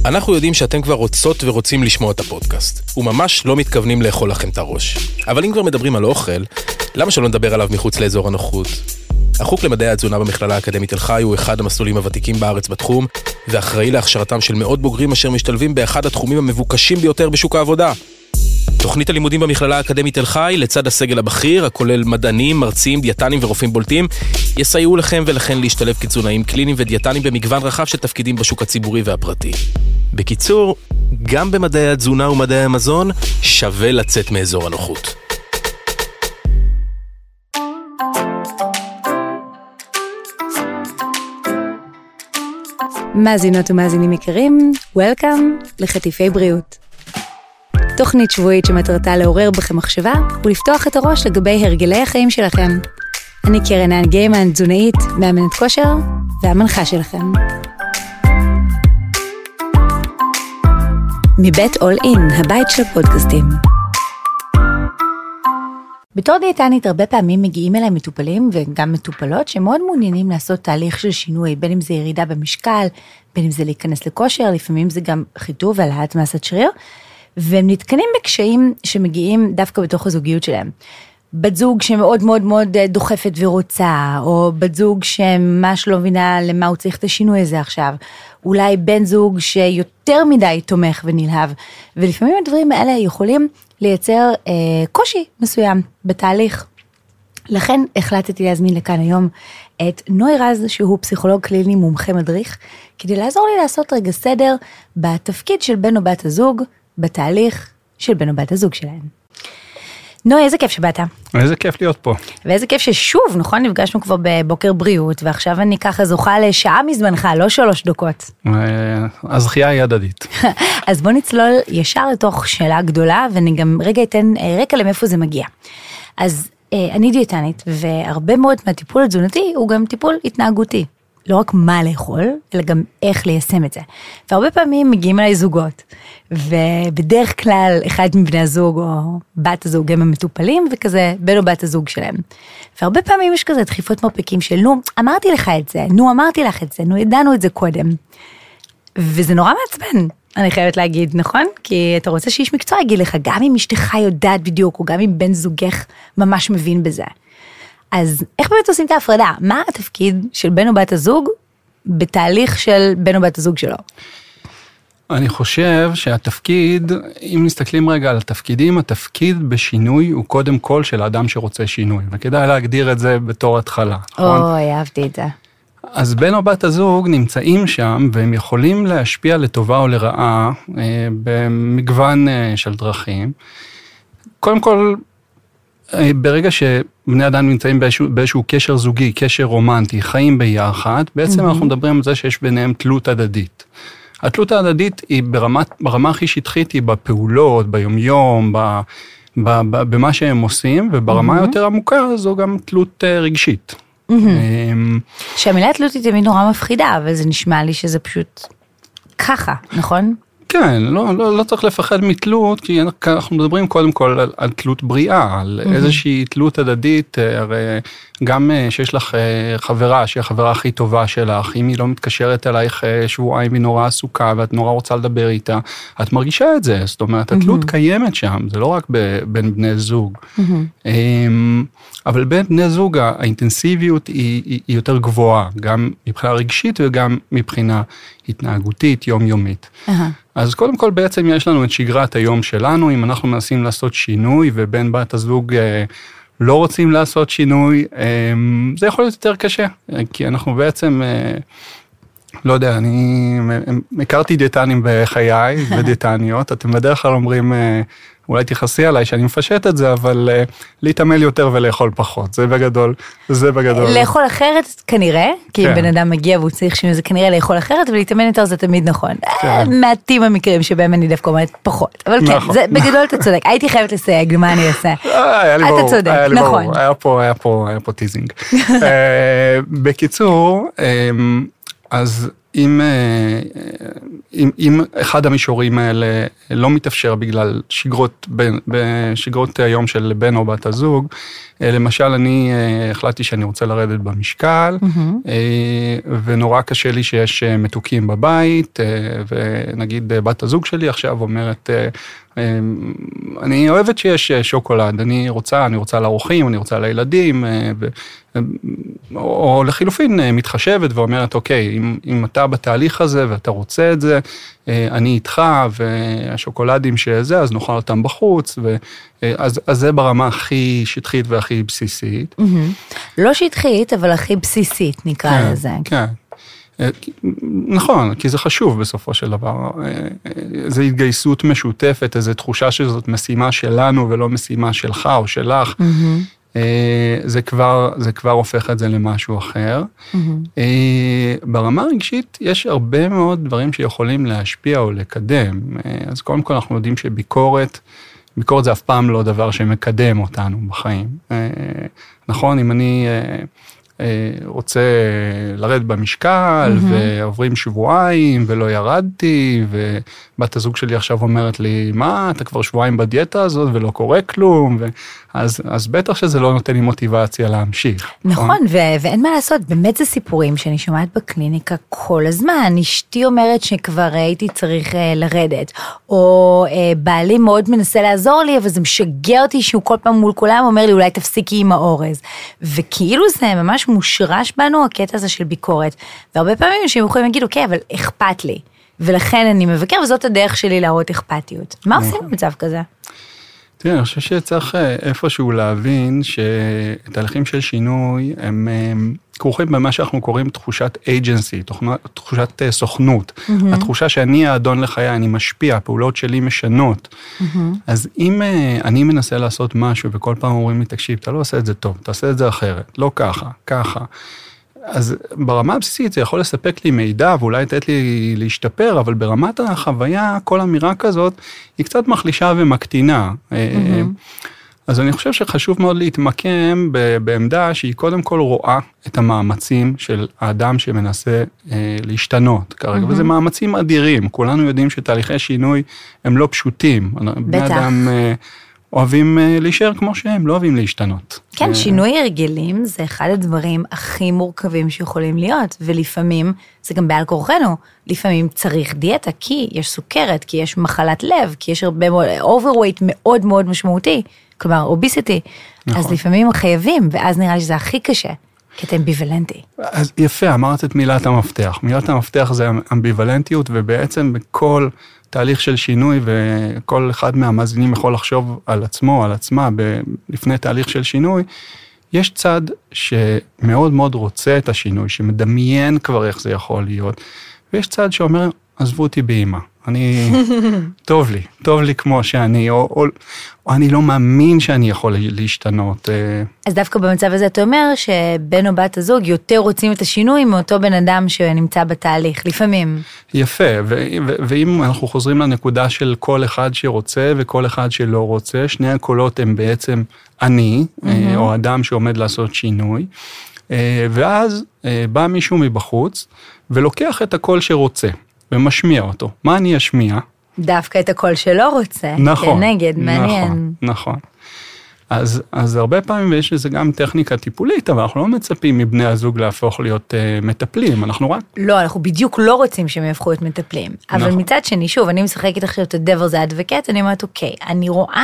אנחנו יודעים שאתם כבר רוצות ורוצים לשמוע את הפודקאסט, וממש לא מתכוונים לאכול לכם את הראש. אבל אם כבר מדברים על אוכל, למה שלא נדבר עליו מחוץ לאזור הנוחות? החוג למדעי התזונה במכללה האקדמית תל חי הוא אחד המסלולים הוותיקים בארץ בתחום, ואחראי להכשרתם של מאות בוגרים אשר משתלבים באחד התחומים המבוקשים ביותר בשוק העבודה. תוכנית הלימודים במכללה האקדמית תל חי, לצד הסגל הבכיר, הכולל מדענים, מרצים, דיאטנים ורופאים בולטים, יסייעו לכם ולכן להשתלב כתזונאים קליניים ודיאטנים במגוון רחב של תפקידים בשוק הציבורי והפרטי. בקיצור, גם במדעי התזונה ומדעי המזון, שווה לצאת מאזור הנוחות. מאזינות ומאזינים יקרים, Welcome לחטיפי בריאות. תוכנית שבועית שמטרתה לעורר בכם מחשבה ולפתוח את הראש לגבי הרגלי החיים שלכם. אני קרן גיימן, תזונאית, מאמנת כושר והמנחה שלכם. מבית All In, הבית של פודקאסטים. בתור דיאטנית הרבה פעמים מגיעים אליי מטופלים וגם מטופלות שמאוד מעוניינים לעשות תהליך של שינוי, בין אם זה ירידה במשקל, בין אם זה להיכנס לכושר, לפעמים זה גם חיטוב ועלאת מסת שריר, והם נתקנים בקשיים שמגיעים דווקא בתוך הזוגיות שלהם. בת זוג שמאוד מאוד מאוד דוחפת ורוצה, או בת זוג שממש לא מבינה למה הוא צריך את השינוי הזה עכשיו, אולי בן זוג שיותר מדי תומך ונלהב, ולפעמים הדברים האלה יכולים לייצר קושי מסוים בתהליך. לכן החלטתי להזמין לכאן היום את נוי רז, שהוא פסיכולוג קליני מומחה מדריך, כדי לעזור לי לעשות רגע סדר בתפקיד של בן או בת הזוג, בתהליך של בן או בת הזוג שלהם. נוי, איזה כיף שבאת. איזה כיף להיות פה. ואיזה כיף ששוב, נכון, נפגשנו כבר בבוקר בריאות, ועכשיו אני ככה זוכה לשעה מזמנך, לא 3 דקות. הזכייה היא הדדית. אז בוא נצלול ישר לתוך שאלה גדולה, ואני גם רגע אתן רקע למאיפה זה מגיע. אז אני דיאטנית, והרבה מאוד מהטיפול התזונתי הוא גם טיפול התנהגותי. לא רק מה לאכול, אלא גם איך ליישם את זה. והרבה פעמים מגיעים אליי זוגות, ובדרך כלל אחד מבני הזוג או בת הזוג הם המטופלים, וכזה בן או בת הזוג שלהם. והרבה פעמים יש כזה דחיפות מרפקים של, נו, אמרתי לך את זה, נו, אמרתי לך את זה, נו, ידענו את זה קודם. וזה נורא מעצבן, אני חייבת להגיד, נכון? כי אתה רוצה שאיש מקצוע יגיד לך, גם אם אשתך יודעת בדיוק, או גם אם בן זוגך ממש מבין בזה. אז איך באמת עושים את ההפרדה? מה התפקיד של בן או בת הזוג בתהליך של בן או בת הזוג שלו? אני חושב שהתפקיד, אם מסתכלים רגע על התפקידים, התפקיד בשינוי הוא קודם כל של האדם שרוצה שינוי, וכדאי להגדיר את זה בתור התחלה, נכון? אוי, אהבתי את זה. אז בן או בת הזוג נמצאים שם, והם יכולים להשפיע לטובה או לרעה, במגוון של דרכים. קודם כל, ברגע שבני אדם נמצאים באיזשהו קשר זוגי, קשר רומנטי, חיים ביחד, בעצם אנחנו מדברים על זה שיש ביניהם תלות הדדית. התלות ההדדית היא ברמה הכי שטחית, היא בפעולות, ביומיום, במה שהם עושים, וברמה יותר עמוקה זו גם תלות רגשית. שהמילה תלות היא תמיד נורא מפחידה, אבל זה נשמע לי שזה פשוט ככה, נכון? כן, לא צריך לפחד מתלות, כי אנחנו מדברים קודם כל על תלות בריאה, על איזושהי תלות הדדית, הרי גם שיש לך חברה, שהיא החברה הכי טובה שלך, אם היא לא מתקשרת אלייך שבועיים, היא נורא עסוקה, ואת נורא רוצה לדבר איתה, את מרגישה את זה, זאת אומרת, התלות קיימת שם, זה לא רק בין בני זוג. אבל בין בני זוג, האינטנסיביות היא יותר גבוהה, גם מבחינה רגשית וגם מבחינה התנהגותית, יומיומית. אז קודם כל בעצם יש לנו את שגרת היום שלנו, אם אנחנו מנסים לעשות שינוי, ובין בת הזוג לא רוצים לעשות שינוי, זה יכול להיות יותר קשה, כי אנחנו בעצם, לא יודע, אני הכרתי דיאטנים בחיי, ודיאטניות, אתם בדרך כלל אומרים, אולי תיחסי עליי שאני מפשט את זה, אבל להתעמל יותר ולאכול פחות, זה בגדול. לאכול אחרת כנראה, כי אם בן אדם מגיע והוא צריך שינוי, זה כנראה לאכול אחרת, ולהתאמן יותר זה תמיד נכון. מעטים המקרים שבהם אני דווקא אומרת פחות, אבל כן, בגדול אתה צודק, הייתי חייבת לסייג, מה אני אעשה? אתה צודק, נכון. היה פה טיזינג. בקיצור, אז אם אחד המישורים האלה לא מתאפשר בגלל שגרות היום של בן או בת הזוג, למשל אני החלטתי שאני רוצה לרדת במשקל, ונורא קשה לי שיש מתוקים בבית, ונגיד בת הזוג שלי עכשיו אומרת, אני אוהבת שיש שוקולד, אני רוצה לאורחים, אני רוצה לילדים, או לחילופין מתחשבת ואומרת, אוקיי, אם אתה בתהליך הזה ואתה רוצה את זה, אני איתך, והשוקולדים שזה, אז נאכל אותם בחוץ, אז זה ברמה הכי שטחית והכי בסיסית. לא שטחית, אבל הכי בסיסית נקרא לזה. כן. נכון, כי זה חשוב בסופו של דבר. זו התגייסות משותפת, איזו תחושה שזאת משימה שלנו ולא משימה שלך או שלך. זה כבר הופך את זה למשהו אחר. ברמה הרגשית יש הרבה מאוד דברים שיכולים להשפיע או לקדם. אז קודם כל אנחנו יודעים שביקורת זה אף פעם לא דבר שמקדם אותנו בחיים. נכון, אם אני רוצה לרד במשקל, ועוברים שבועיים, ולא ירדתי, ובת הזוג שלי עכשיו אומרת לי, מה, אתה כבר שבועיים בדיאטה הזאת, ולא קורה כלום, אז בטח שזה לא נותן לי מוטיבציה להמשיך. נכון, ואין מה לעשות, באמת זה סיפורים שאני שומעת בקליניקה כל הזמן, אשתי אומרת שכבר הייתי צריך לרדת, או בעלי מאוד מנסה לעזור לי, אבל זה משגע אותי שהוא כל פעם מול כולם אומר לי, אולי תפסיקי עם האורז, וכאילו זה ממש מושרש בנו הקטע הזה של ביקורת, והרבה פעמים שהם יכולים להגיד, אוקיי, אבל אכפת לי, ולכן אני מבקר, וזאת הדרך שלי להראות אכפתיות. מה עושים במצב כזה? תראה, אני חושב שצריך איפשהו להבין שתהליכים של שינוי הם כרוכים במה שאנחנו קוראים תחושת agency, תחושת סוכנות. התחושה שאני האדון לחיי, אני משפיע, הפעולות שלי משנות. אז אם אני מנסה לעשות משהו וכל פעם אומרים לי, תקשיב, אתה לא עושה את זה טוב, תעשה את זה אחרת, לא ככה. אז ברמה הבסיסית זה יכול לספק לי מידע ואולי לתת לי להשתפר, אבל ברמת החוויה, כל אמירה כזאת היא קצת מחלישה ומקטינה. אז אני חושב שחשוב מאוד להתמקם בעמדה שהיא קודם כל רואה את המאמצים של האדם שמנסה להשתנות כרגע, וזה מאמצים אדירים. כולנו יודעים שתהליכי שינוי הם לא פשוטים. בני אדם אוהבים להישאר כמו שהם, לא אוהבים להשתנות. כן, שינוי הרגלים זה אחד הדברים הכי מורכבים שיכולים להיות, ולפעמים זה גם בעל כורחנו. לפעמים צריך דיאטה, כי יש סוכרת, כי יש מחלת לב, כי יש הרבה מאוד, overweight מאוד מאוד משמעותי, כלומר, אוביסיטי. נכון. אז לפעמים חייבים, ואז נראה לי שזה הכי קשה, כי אתה אמביוולנטי. אז יפה, אמרת את מילת המפתח. מילת המפתח זה אמביוולנטיות, ובעצם בכל תהליך של שינוי, וכל אחד מהמאזינים יכול לחשוב על עצמו, על עצמה, לפני תהליך של שינוי, יש צד שמאוד מאוד רוצה את השינוי, שמדמיין כבר איך זה יכול להיות, ויש צד שאומר, עזבו אותי באמא, טוב לי כמו שאני, או אני לא מאמין שאני יכול להשתנות. אז דווקא במצב הזה אתה אומר שבן או בת הזוג יותר רוצים את השינוי מאותו בן אדם שנמצא בתהליך, לפעמים. יפה, ואם אנחנו חוזרים לנקודה של כל אחד שרוצה וכל אחד שלא רוצה, שני הקולות הם בעצם אני, או אדם שעומד לעשות שינוי, ואז בא מישהו מבחוץ ולוקח את הקול שרוצה. ומשמיע אותו. מה אני אשמיע? דווקא את הקול שלא רוצה. נכון. כנגד, מעניין. נכון. אז הרבה פעמים יש לזה גם טכניקה טיפולית, אבל אנחנו לא מצפים מבני הזוג להפוך להיות מטפלים, אנחנו רק... לא, אנחנו בדיוק לא רוצים שהם יהפכו להיות מטפלים. אבל נכון. מצד שני, שוב, אני משחקת עכשיו את ה-Devil's Advocate, אני אומרת, אוקיי, אני רואה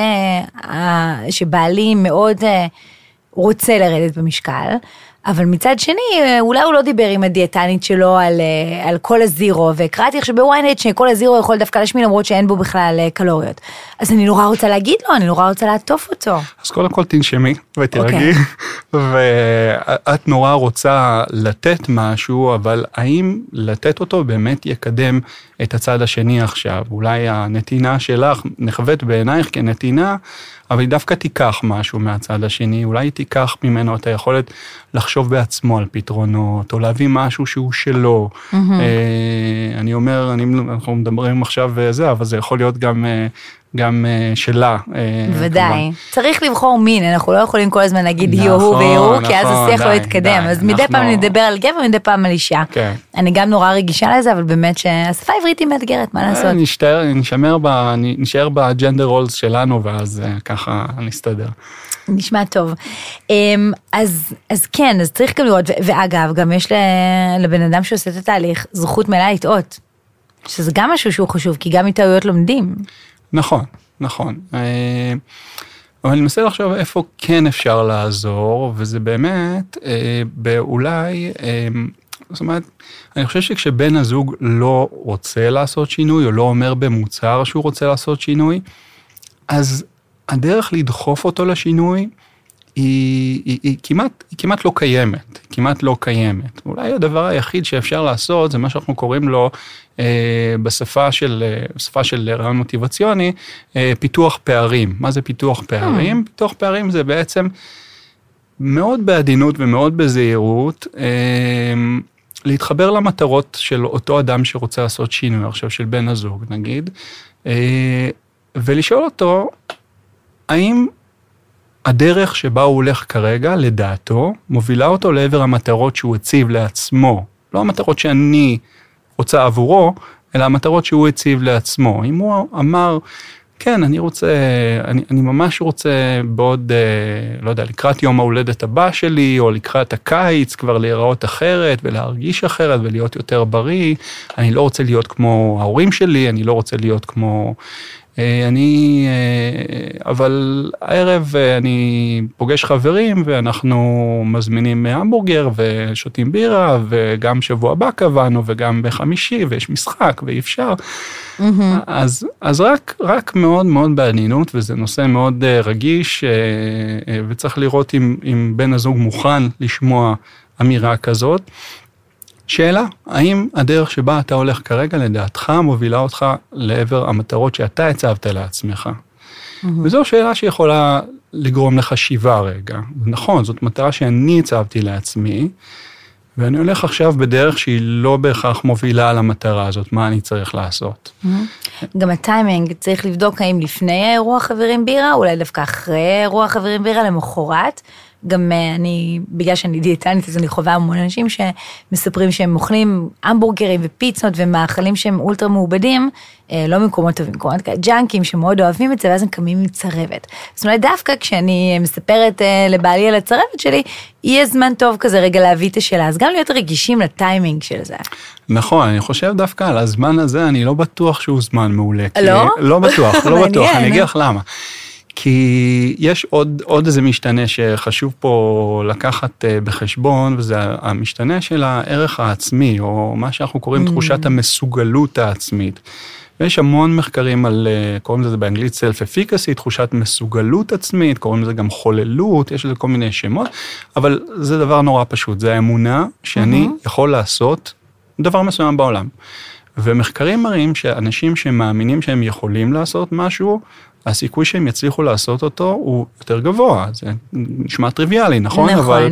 שבעלי מאוד רוצה לרדת במשקל, אבל מצד שני, אולי הוא לא דיבר עם הדיאטנית שלו על כל הזירו, והקראתי עכשיו בוויינט שכל הזירו יכול דווקא להשמיע, למרות שאין בו בכלל קלוריות. אז אני נורא רוצה להגיד לו, אני נורא רוצה לעטוף אותו. אז קודם כל תנשמי ותרגי, ואת נורא רוצה לתת משהו, אבל האם לתת אותו באמת יקדם את הצד השני עכשיו? אולי הנתינה שלך נחוות בעינייך כנתינה, אבל היא דווקא תיקח משהו מהצד השני, אולי היא תיקח ממנו את היכולת לחשוב בעצמו על פתרונות, או להביא משהו שהוא שלו. אני אומר, אנחנו מדברים עכשיו וזה, אבל זה יכול להיות גם גם שלה. ודאי. צריך לבחור מין, אנחנו לא יכולים כל הזמן להגיד יוהו ויוהו, כי אז השיח לא יתקדם. אז מדי פעם נדבר על גבר, מדי פעם על אישה. אני גם נורא רגישה לזה, אבל באמת שהשפה העברית היא מאתגרת, מה לעשות? נשאר בג'נדר רולס שלנו, ואז ככה נסתדר. נשמע טוב. אז כן, אז צריך גם לראות, ואגב, גם יש לבן אדם שעושה את התהליך, זכות מלאה לטעות. שזה גם משהו שהוא חשוב, כי גם מטעויות לומדים. נכון. אבל אני מנסה לחשוב איפה כן אפשר לעזור, וזה באמת, באולי, זאת אומרת, אני חושב שכשבן הזוג לא רוצה לעשות שינוי, או לא אומר במוצר שהוא רוצה לעשות שינוי, אז הדרך לדחוף אותו לשינוי, היא כמעט לא קיימת. אולי הדבר היחיד שאפשר לעשות, זה מה שאנחנו קוראים לו, בשפה של רעיון מוטיבציוני, פיתוח פערים. מה זה פיתוח פערים? פיתוח פערים זה בעצם מאוד בעדינות ומאוד בזהירות, להתחבר למטרות של אותו אדם שרוצה לעשות שינוי, עכשיו של בן הזוג נגיד, ולשאול אותו, האם הדרך שבה הוא הולך כרגע, לדעתו, מובילה אותו לעבר המטרות שהוא הציב לעצמו, לא המטרות שאני רוצה עבורו, אלא המטרות שהוא הציב לעצמו. אם הוא אמר, כן, אני ממש רוצה בעוד, לא יודע, לקראת יום ההולדת הבא שלי, או לקראת הקיץ, כבר להיראות אחרת, ולהרגיש אחרת, ולהיות יותר בריא. אני לא רוצה להיות כמו ההורים שלי, אני לא רוצה להיות כמו... אבל הערב אני פוגש חברים, ואנחנו מזמינים המבורגר, ושותים בירה, וגם שבוע הבא קבענו, וגם בחמישי, ויש משחק, ואי אפשר. אז רק מאוד מאוד בעדינות, וזה נושא מאוד רגיש, וצריך לראות אם בן הזוג מוכן לשמוע אמירה כזאת. שאלה, האם הדרך שבה אתה הולך כרגע לדעתך מובילה אותך לעבר המטרות שאתה הצבת לעצמך? וזו שאלה שיכולה לגרום לחשיבה רגע. נכון, זאת מטרה שאני הצבתי לעצמי, ואני הולך עכשיו בדרך שהיא לא בהכרח מובילה על המטרה הזאת, מה אני צריך לעשות. גם הטיימינג, צריך לבדוק האם לפני האירוע חברים בירה, אולי דווקא אחרי האירוע חברים בירה למחרת, גם אני, בגלל שאני דיאטנית, אז אני חווה המון אנשים שמספרים שהם אוכלים המבורגרים ופיצות ומאכלים שהם אולטרה מעובדים, לא ממקומות טובים, מקומות כאלה, ג'אנקים שמאוד אוהבים את זה, ואז הם קמים עם צרבת. זאת אומרת, דווקא כשאני מספרת לבעלי על הצרבת שלי, יהיה זמן טוב כזה רגע להביא את השאלה, אז גם להיות רגישים לטיימינג של זה. נכון, אני חושב דווקא על הזמן הזה, אני לא בטוח שהוא זמן מעולה. לא? לא בטוח, אני אגיד לך למה. כי יש עוד איזה משתנה שחשוב פה לקחת בחשבון, וזה המשתנה של הערך העצמי, או מה שאנחנו קוראים תחושת המסוגלות העצמית. ויש המון מחקרים על, קוראים לזה באנגלית self-efficacy, תחושת מסוגלות עצמית, קוראים לזה גם חוללות, יש לזה כל מיני שמות, אבל זה דבר נורא פשוט, זה האמונה שאני יכול לעשות דבר מסוים בעולם. ומחקרים מראים שאנשים שמאמינים שהם יכולים לעשות משהו, הסיכוי שהם יצליחו לעשות אותו הוא יותר גבוה, זה נשמע טריוויאלי, נכון?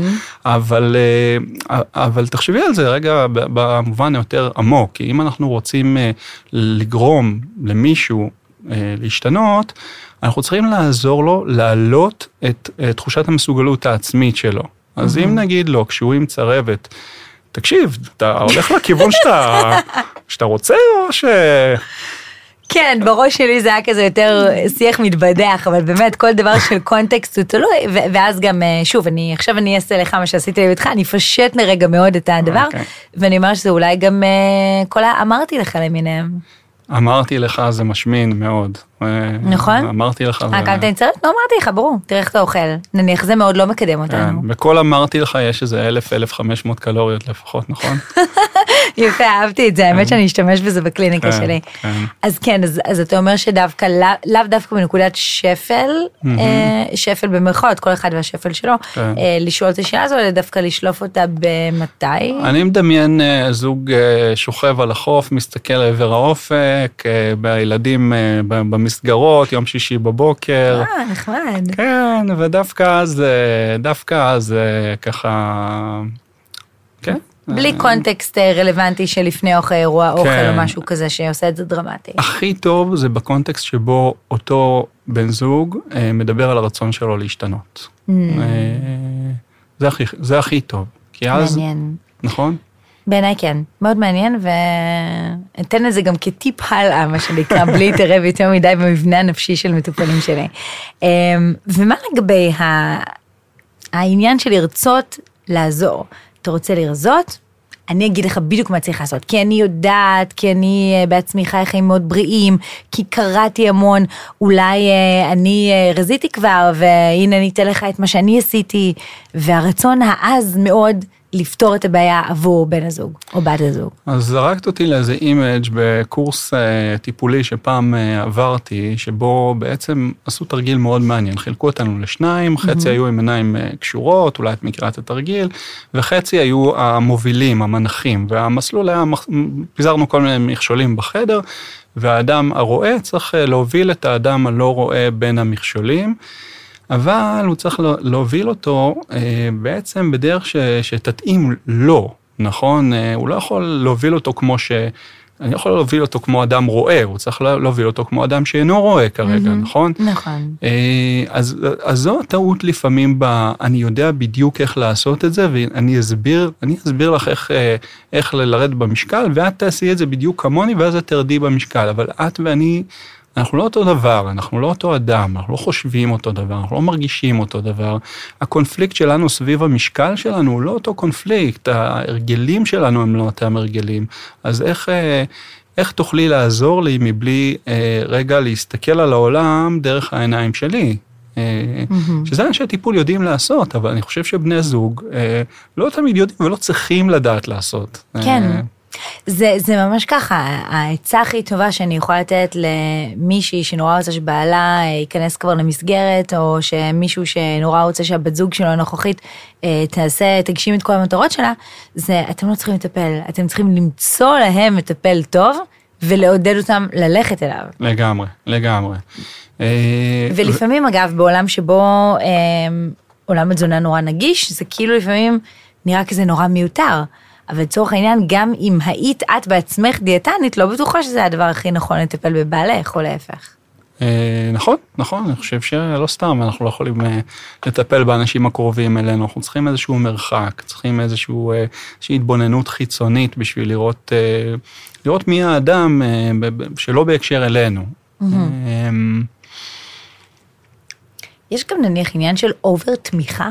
אבל תחשבי על זה רגע במובן יותר עמוק, כי אם אנחנו רוצים לגרום למישהו להשתנות, אנחנו צריכים לעזור לו להעלות את תחושת המסוגלות העצמית שלו. אז אם נגיד לו, כשהוא עם צרבת, תקשיב, אתה הולך לכיוון שאתה רוצה או ש... כן, בראש שלי זה היה כזה יותר שיח מתבדח, אבל באמת כל דבר של קונטקסט הוא תלוי, ואז גם, שוב, עכשיו אני אעשה לך מה שעשיתי לביתך, אני אפשט לרגע מאוד את הדבר, ואני אומר שזה אולי גם אמרתי לך למיניהם. אמרתי לך, זה משמין מאוד. נכון? אמרתי לך. כמה אתה נצטרף? לא אמרתי לך, ברור, תראה איך אתה אוכל. נניח, זה מאוד לא מקדם אותנו. בכל אמרתי לך, יש איזה 1,000-1,500 קלוריות לפחות, נכון? יפה, אהבתי את זה, האמת שאני אשתמש בזה בקליניקה שלי. אז כן, אז אתה אומר שדווקא, לאו דווקא בנקודת שפל, שפל במרכאות, כל אחד והשפל שלו, לשאול את השאלה הזו, אלא דווקא לשלוף אותה במתי? אני מדמיין זוג שוכב על החוף, מסתכל לעבר האופק, בילדים במסגרות, יום שישי בבוקר. נחמד. כן, ודווקא אז ככה, כן. בלי קונטקסט רלוונטי שלפני או אחרי אירוע אוכל או משהו כזה שעושה את זה דרמטי. הכי טוב זה בקונטקסט שבו אותו בן זוג מדבר על הרצון שלו להשתנות. זה הכי טוב. מעניין. נכון? בעיניי כן, מאוד מעניין, ואתן לזה גם כטיפ הלאה, מה שנקרא, בלי להתערב יותר מדי במבנה הנפשי של מטופלים שלי. ומה לגבי העניין של לרצות לעזור? אתה רוצה לרזות? אני אגיד לך בדיוק מה צריך לעשות, כי אני יודעת, כי אני בעצמי חי חיים מאוד בריאים, כי קראתי המון, אולי אני רזיתי כבר, והנה אני אתן לך את מה שאני עשיתי, והרצון העז מאוד לפתור את הבעיה עבור בן הזוג או בת הזוג. אז זרקת אותי לאיזה אימג' בקורס טיפולי שפעם עברתי, שבו בעצם עשו תרגיל מאוד מעניין, חילקו אותנו לשניים, חצי היו עם עיניים קשורות, אולי את מכירה את התרגיל, וחצי היו המובילים, המנחים, והמסלול היה, פיזרנו כל מיני מכשולים בחדר, והאדם הרואה צריך להוביל את האדם הלא רואה בין המכשולים, אבל הוא צריך להוביל אותו בעצם בדרך שתתאים לו, נכון? הוא לא יכול להוביל אותו אני יכול להוביל אותו כמו אדם רואה, הוא צריך להוביל אותו כמו אדם שאינו רואה כרגע, נכון? נכון. אז זו הטעות לפעמים אני יודע בדיוק איך לעשות את זה, ואני אסביר לך איך לרד במשקל, ואת תעשי את זה בדיוק כמוני, ואז את תרדי במשקל, אבל את ואני, אנחנו לא אותו דבר, אנחנו לא אותו אדם, אנחנו לא חושבים אותו דבר, אנחנו לא מרגישים אותו דבר. הקונפליקט שלנו סביב המשקל שלנו הוא לא אותו קונפליקט, ההרגלים שלנו הם לא אותם הרגלים. אז איך תוכלי לעזור לי מבלי רגע להסתכל על העולם דרך העיניים שלי? שזה אנשי טיפול יודעים לעשות, אבל אני חושב שבני זוג לא תמיד יודעים ולא צריכים לדעת לעשות. כן. זה ממש ככה, העצה הכי טובה שאני יכולה לתת למישהי שנורא רוצה שבעלה ייכנס כבר למסגרת, או שמישהו שנורא רוצה שהבת זוג שלו הנוכחית תגשים את כל המטרות שלה, זה אתם לא צריכים לטפל, אתם צריכים למצוא להם מטפל טוב, ולעודד אותם ללכת אליו. לגמרי. ולפעמים אגב, בעולם שבו עולם התזונה נורא נגיש, זה כאילו לפעמים נראה כזה נורא מיותר, אבל לצורך העניין, גם אם היית את בעצמך דיאטנית, לא בטוחה שזה הדבר הכי נכון לטפל בבעלך, או להפך. נכון, אני חושב שלא סתם, אנחנו לא יכולים לטפל באנשים הקרובים אלינו, אנחנו צריכים איזשהו מרחק, צריכים איזושהי התבוננות חיצונית בשביל לראות מי האדם שלא בהקשר אלינו. יש גם נניח עניין של אובר תמיכה,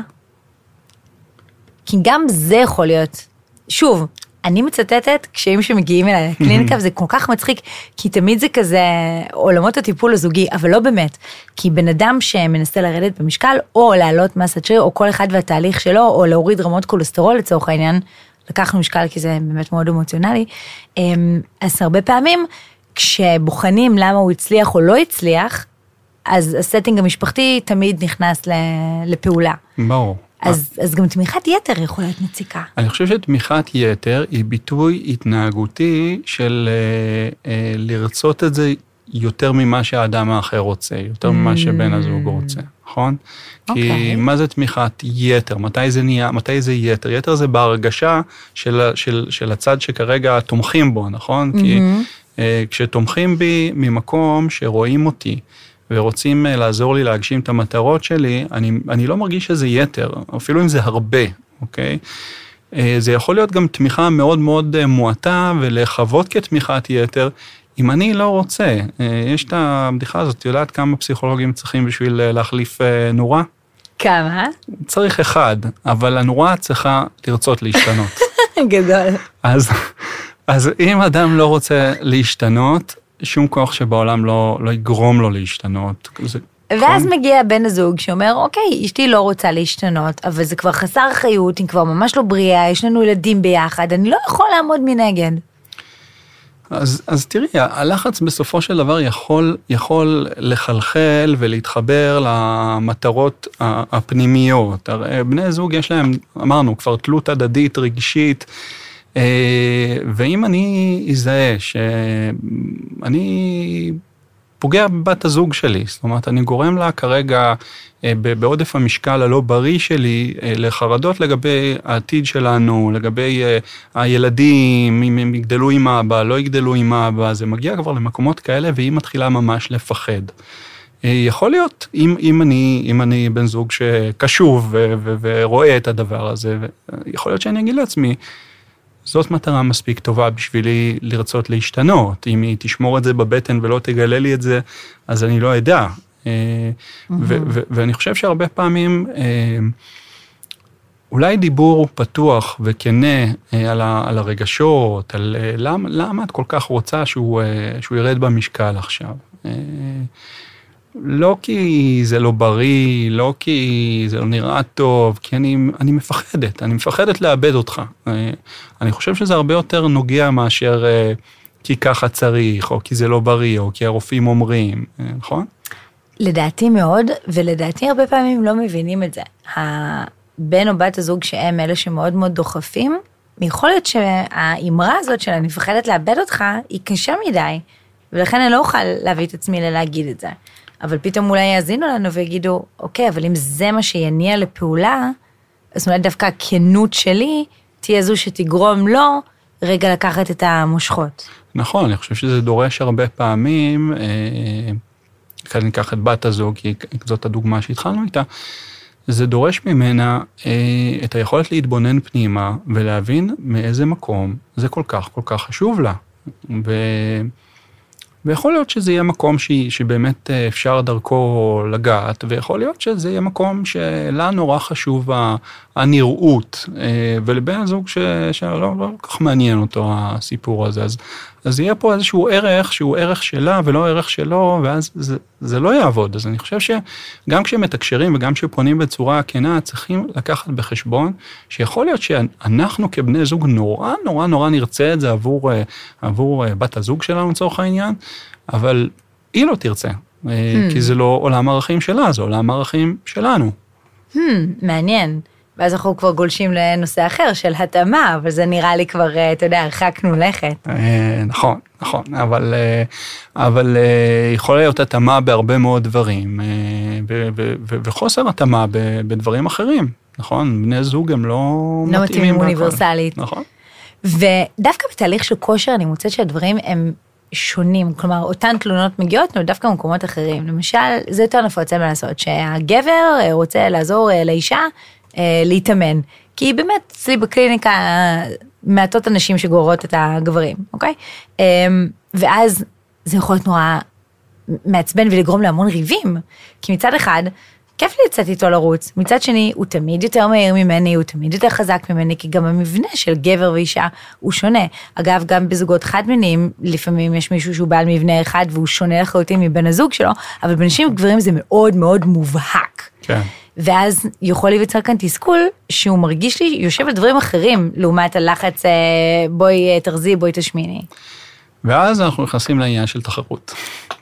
כי גם זה יכול להיות, שוב, אני מצטטת קשיים שמגיעים אליי לקליניקה, וזה כל כך מצחיק, כי תמיד זה כזה עולמות הטיפול הזוגי, אבל לא באמת, כי בן אדם שמנסה לרדת במשקל, או להעלות מסת שריר, או כל אחד והתהליך שלו, או להוריד רמות קולסטרול לצורך העניין, לקחנו משקל כי זה באמת מאוד אמוציונלי, אז הרבה פעמים, כשבוחנים למה הוא הצליח או לא הצליח, אז הסטינג המשפחתי תמיד נכנס לפעולה. ברור. אז גם תמיכת יתר יכולה להיות מציקה. אני חושב שתמיכת יתר היא ביטוי התנהגותי של לרצות את זה יותר ממה שהאדם האחר רוצה, יותר ממה שבן הזוג רוצה, נכון? כי מה זה תמיכת יתר? מתי זה יתר? יתר זה בהרגשה של הצד שכרגע תומכים בו, נכון? כי כשתומכים בי ממקום שרואים אותי, ורוצים לעזור לי להגשים את המטרות שלי, אני לא מרגיש שזה יתר, אפילו אם זה הרבה, אוקיי? זה יכול להיות גם תמיכה מאוד מאוד מועטה, ולחוות כתמיכת יתר, אם אני לא רוצה. יש את הבדיחה הזאת, יודעת כמה פסיכולוגים צריכים בשביל להחליף נורה? כמה? צריך אחד, אבל הנורה צריכה לרצות להשתנות. גדול. אז אם אדם לא רוצה להשתנות, שום כוח שבעולם לא יגרום לו להשתנות. ואז מגיע בן הזוג שאומר, אוקיי, אשתי לא רוצה להשתנות, אבל זה כבר חסר אחריות, היא כבר ממש לא בריאה, יש לנו ילדים ביחד, אני לא יכול לעמוד מנגד. אז תראי, הלחץ בסופו של דבר יכול לחלחל ולהתחבר למטרות הפנימיות. בני זוג יש להם, אמרנו, כבר תלות הדדית, רגשית, ואם אני אזהה שאני פוגע בבת הזוג שלי, זאת אומרת, אני גורם לה כרגע בעודף המשקל הלא בריא שלי, לחרדות לגבי העתיד שלנו, לגבי הילדים, אם הם יגדלו עם האבא, לא יגדלו עם האבא, זה מגיע כבר למקומות כאלה, והיא מתחילה ממש לפחד. יכול להיות, אם אני בן זוג שקשוב ורואה את הדבר הזה, יכול להיות שאני אגיד לעצמי, זאת מטרה מספיק טובה בשבילי לרצות להשתנות. אם היא תשמור את זה בבטן ולא תגלה לי את זה, אז אני לא אדע. ואני חושב שהרבה פעמים, אולי דיבור פתוח וכנה על הרגשות, על למה את כל כך רוצה שהוא ירד במשקל עכשיו. לא כי זה לא בריא, לא כי זה לא נראה טוב, כי אני מפחדת לאבד אותך. אני חושב שזה הרבה יותר נוגע מאשר כי ככה צריך, או כי זה לא בריא, או כי הרופאים אומרים, נכון? לדעתי מאוד, ולדעתי הרבה פעמים לא מבינים את זה. הבן או בת הזוג שהם אלה שמאוד מאוד דוחפים, יכול להיות שהאמרה הזאת של אני מפחדת לאבד אותך, היא קשה מדי, ולכן אני לא אוכל להביא את עצמי להגיד את זה. אבל פתאום אולי יאזינו לנו ויגידו, אוקיי, אבל אם זה מה שיניע לפעולה, אז אולי דווקא הכנות שלי תהיה זו שתגרום לו רגע לקחת את המושכות. נכון, אני חושב שזה דורש הרבה פעמים, כאן ניקח את בת הזוג, כי זאת הדוגמה שהתחלנו איתה, זה דורש ממנה את היכולת להתבונן פנימה, ולהבין מאיזה מקום זה כל כך חשוב לה. ויכול להיות שזה יהיה מקום שבאמת אפשר דרכו לגעת, ויכול להיות שזה יהיה מקום שלה נורא חשוב הנראות, ולבן הזוג שלא כך מעניין אותו הסיפור הזה, אז יהיה פה איזשהו ערך שהוא ערך שלה ולא ערך שלו, ואז זה לא יעבוד. אז אני חושב שגם כשמתקשרים וגם כשפונים בצורה כנה, צריכים לקחת בחשבון שיכול להיות שאנחנו כבני זוג נורא נרצה את זה עבור בת הזוג שלנו לצורך העניין, אבל היא לא תרצה, כי זה לא עולם ערכים שלה, זה עולם ערכים שלנו. מעניין. ואז אנחנו כבר גולשים לנושא אחר של התאמה, אבל זה נראה לי כבר, אתה יודע, הרחקנו לכת. נכון, אבל יכול להיות התאמה בהרבה מאוד דברים, וחוסר התאמה בדברים אחרים, נכון? בני זוג הם לא מתאימים אוניברסלית. נכון. ודווקא בתהליך של כושר אני מוצאת שהדברים הם שונים, כלומר, אותן תלונות מגיעות דווקא במקומות אחרים. למשל, זה יותר נפוצה מה לעשות, שהגבר רוצה לעזור לאישה, להתאמן, כי באמת אצלי בקליניקה מעטות אנשים שגורות את הגברים, אוקיי? ואז זה יכול להיות נורא מעצבן ולגרום להמון ריבים, כי מצד אחד, כיף לי לצאת איתו לרוץ, מצד שני, הוא תמיד יותר מהיר ממני, הוא תמיד יותר חזק ממני, כי גם המבנה של גבר ואישה הוא שונה. אגב, גם בזוגות חד מיניים, לפעמים יש מישהו שהוא בעל מבנה אחד, והוא שונה לחלוטין מבן הזוג שלו, אבל בנשים וגברים זה מאוד מאוד מובהק. כן. ואז יכול להיווצר כאן תסכול, שהוא מרגיש לי יושב על דברים אחרים, לעומת הלחץ, בואי תרזי, בואי תשמיני. ואז אנחנו נכנסים לעניין של תחרות.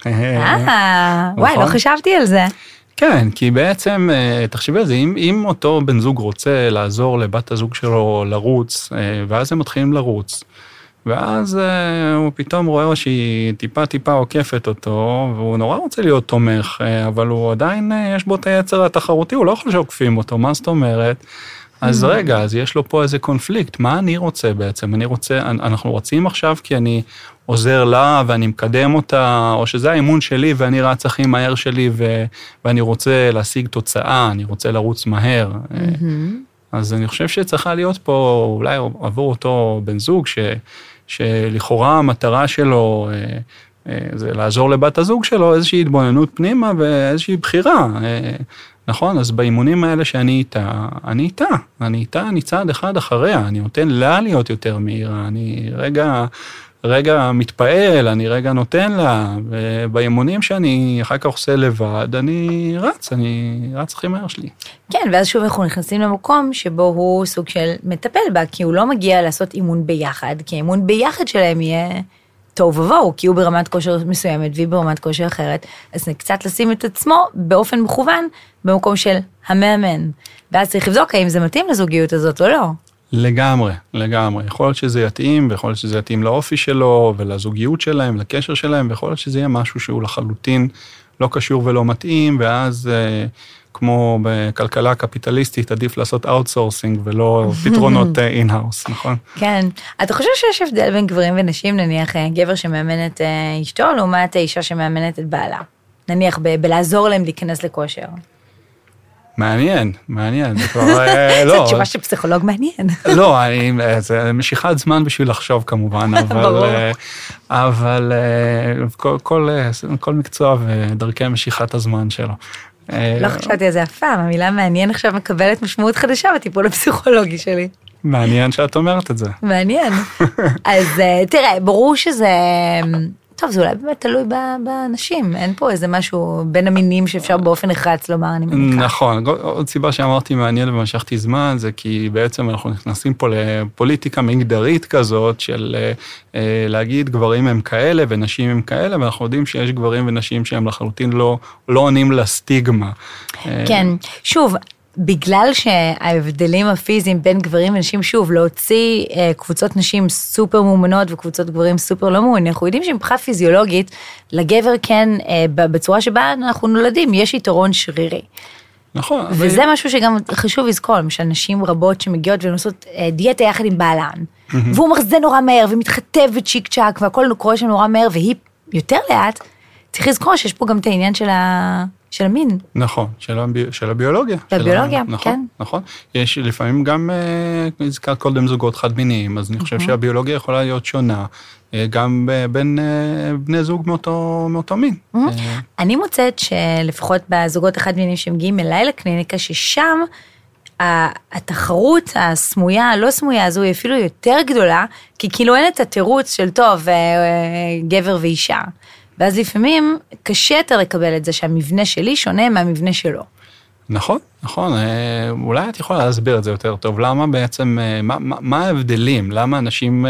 וואי, לא חשבתי על זה. כן, כי בעצם, תחשבי על זה, אם אותו בן זוג רוצה לעזור לבת הזוג שלו לרוץ, ואז הם מתחילים לרוץ, ואז הוא פתאום רואה שהיא טיפה עוקפת אותו, והוא נורא רוצה להיות תומך, אבל הוא עדיין, יש בו את היצר התחרותי, הוא לא יכול שעוקפים אותו, מה זאת אומרת? אז רגע, אז יש לו פה איזה קונפליקט, מה אני רוצה בעצם? אנחנו רוצים עכשיו כי אני עוזר לה ואני מקדם אותה, או שזה האימון שלי ואני רץ הכי מהר שלי ואני רוצה להשיג תוצאה, אני רוצה לרוץ מהר. אז אני חושב שצריכה להיות פה אולי עבור אותו בן זוג שלכאורה המטרה שלו זה לעזור לבת הזוג שלו איזושהי התבוננות פנימה ואיזושהי בחירה. נכון, אז באימונים האלה שאני איתה, אני צעד אחד אחריה, אני נותן לה להיות יותר מהירה, אני רגע מתפעל, אני רגע נותן לה, ובאימונים שאני אחר כך עושה לבד, אני רץ הכי מהר שלי. כן, ואז שוב אנחנו נכנסים למקום שבו הוא סוג של מטפל בה, כי הוא לא מגיע לעשות אימון ביחד, כי האימון ביחד שלהם יהיה טוב ובואו, כי הוא ברמת כושר מסוימת, והיא ברמת כושר אחרת, אז קצת לשים את עצמו באופן מכוון, במקום של המאמן. ואז צריך לבדוק האם זה מתאים לזוגיות הזאת או לא. לגמרי, לגמרי. יכול להיות שזה יתאים, ויכול להיות שזה יתאים לאופי שלו, ולזוגיות שלהם, לקשר שלהם, ויכול להיות שזה יהיה משהו שהוא לחלוטין לא קשור ולא מתאים, ואז כמו בכלכלה קפיטליסטית, עדיף לעשות אאוטסורסינג ולא פתרונות אין-האוס, נכון? כן. אתה חושב שיש הבדל בין גברים ונשים, נניח גבר שמאמן את אשתו, לעומת האישה שמאמנת את בעלה? נניח בלעזור להם להיכנס לכושר. מעניין. זו תשובה של פסיכולוג מעניין. לא, זה משיכת זמן בשביל לחשוב כמובן, אבל כל מקצוע ודרכי משיכת הזמן שלו. לא חשבתי על זה אף פעם, המילה מעניין עכשיו מקבלת משמעות חדשה בטיפול הפסיכולוגי שלי. מעניין שאת אומרת את זה. מעניין. אז תראה, ברור שזה... טוב, זה אולי באמת תלוי באנשים, אין פה איזה משהו בין המינים שאפשר באופן נחרץ לומר, אני מניחה. נכון, עוד סיבה שאמרתי מעניין ומשכתי זמן, זה כי בעצם אנחנו נכנסים פה לפוליטיקה מגדרית כזאת, של להגיד גברים הם כאלה ונשים הם כאלה, ואנחנו יודעים שיש גברים ונשים שהם לחלוטין לא עונים לסטיגמה. כן, שוב, בגלל שההבדלים הפיזיים בין גברים ונשים, שוב, להוציא קבוצות נשים סופר מאומנות וקבוצות גברים סופר לא מאומנים, אנחנו יודעים שמבחינה פיזיולוגית, לגבר כן, בצורה שבה אנחנו נולדים, יש יתרון שרירי. נכון. וזה משהו שגם חשוב לזכור, למשל נשים רבות שמגיעות ונוסעות דיאטה יחד עם בעלן, והוא מרזה נורא מהר ומתחטב וצ'יק צ'ק, והכל קורה שם נורא מהר, והיא יותר לאט, צריך לזכור שיש פה גם את העניין של המין. נכון, של הביולוגיה. הביולוגיה, כן. נכון. יש לפעמים גם, נזכר קודם זוגות חד מיניים, אז אני חושב שהביולוגיה יכולה להיות שונה, גם בין בני זוג מאותו מין. אני מוצאת שלפחות בזוגות החד מיניים שמגיעים אליי לקליניקה, ששם התחרות הסמויה, הלא סמויה הזו, היא אפילו יותר גדולה, כי כאילו אין את התירוץ של טוב, גבר ואישה. ואז לפעמים קשה יותר לקבל את זה שהמבנה שלי שונה מהמבנה שלו. נכון. אולי את יכולה להסביר את זה יותר טוב. למה בעצם, מה ההבדלים? למה אנשים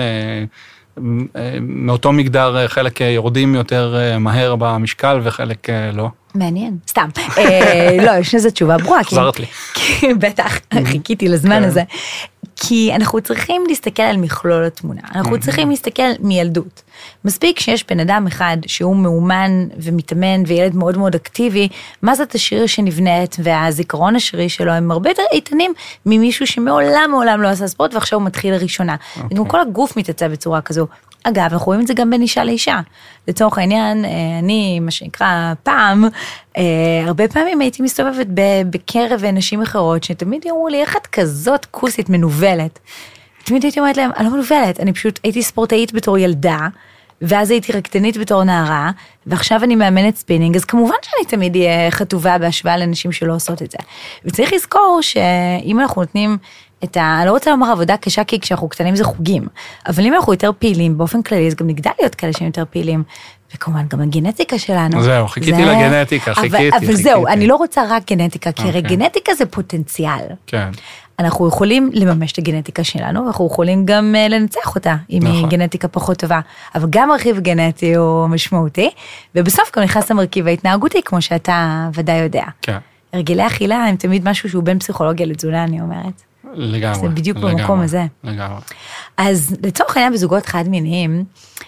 מאותו מגדר חלק יורדים יותר מהר במשקל וחלק לא? מעניין, סתם. לא, יש לזה תשובה ברורה. חזרת לי. בטח, חיכיתי לזמן הזה. כי אנחנו צריכים להסתכל על מכלול התמונה, אנחנו צריכים להסתכל מילדות. מספיק שיש בן אדם אחד שהוא מאומן ומתאמן וילד מאוד מאוד אקטיבי, מה זאת השריר שנבנית והזיכרון השרירי שלו הם הרבה יותר איתנים ממישהו שמעולם לא עשה ספורט ועכשיו הוא מתחיל לראשונה. גם כל הגוף מתעצב בצורה כזו. אגב, אנחנו רואים את זה גם בין אישה לאישה. לצורך העניין, אני, מה שנקרא, פעם, הרבה פעמים הייתי מסתובבת בקרב נשים אחרות, שתמיד אמרו לי, איך את כזאת כוסית מנובלת? תמיד הייתי אומרת להם, אני לא מנובלת, אני פשוט הייתי ספורטאית בתור ילדה, ואז הייתי רקדנית בתור נערה, ועכשיו אני מאמנת ספינינג, אז כמובן שאני תמיד אהיה חטובה בהשוואה לנשים שלא עושות את זה. וצריך לזכור שאם אנחנו נותנים אני לא רוצה לומר עבודה קשה, כי כשאנחנו קטנים זה חוגים, אבל אם אנחנו יותר פעילים, באופן כללי, אז גם נגדל להיות כאלה שהם יותר פעילים, וכמובן גם הגנטיקה שלנו. זהו, חיכיתי לגנטיקה, אבל זהו, אני לא רוצה רק גנטיקה, כי הרי גנטיקה זה פוטנציאל. כן. אנחנו יכולים לממש את הגנטיקה שלנו, ואנחנו יכולים גם לנצח אותה, אם היא גנטיקה פחות טובה, אבל גם רכיב גנטי הוא משמעותי, ובסוף גם נכנס למרכיב ההתנהגותי, כמו שאתה ודאי יודע. כן. הרגלי אכילה הם תמיד משהו שהוא בין פסיכולוגיה לתזונה, אני אומרת. לגמרי. זה בדיוק במקום הזה. לגמרי. אז לצורך העניין בזוגות חד מיניים,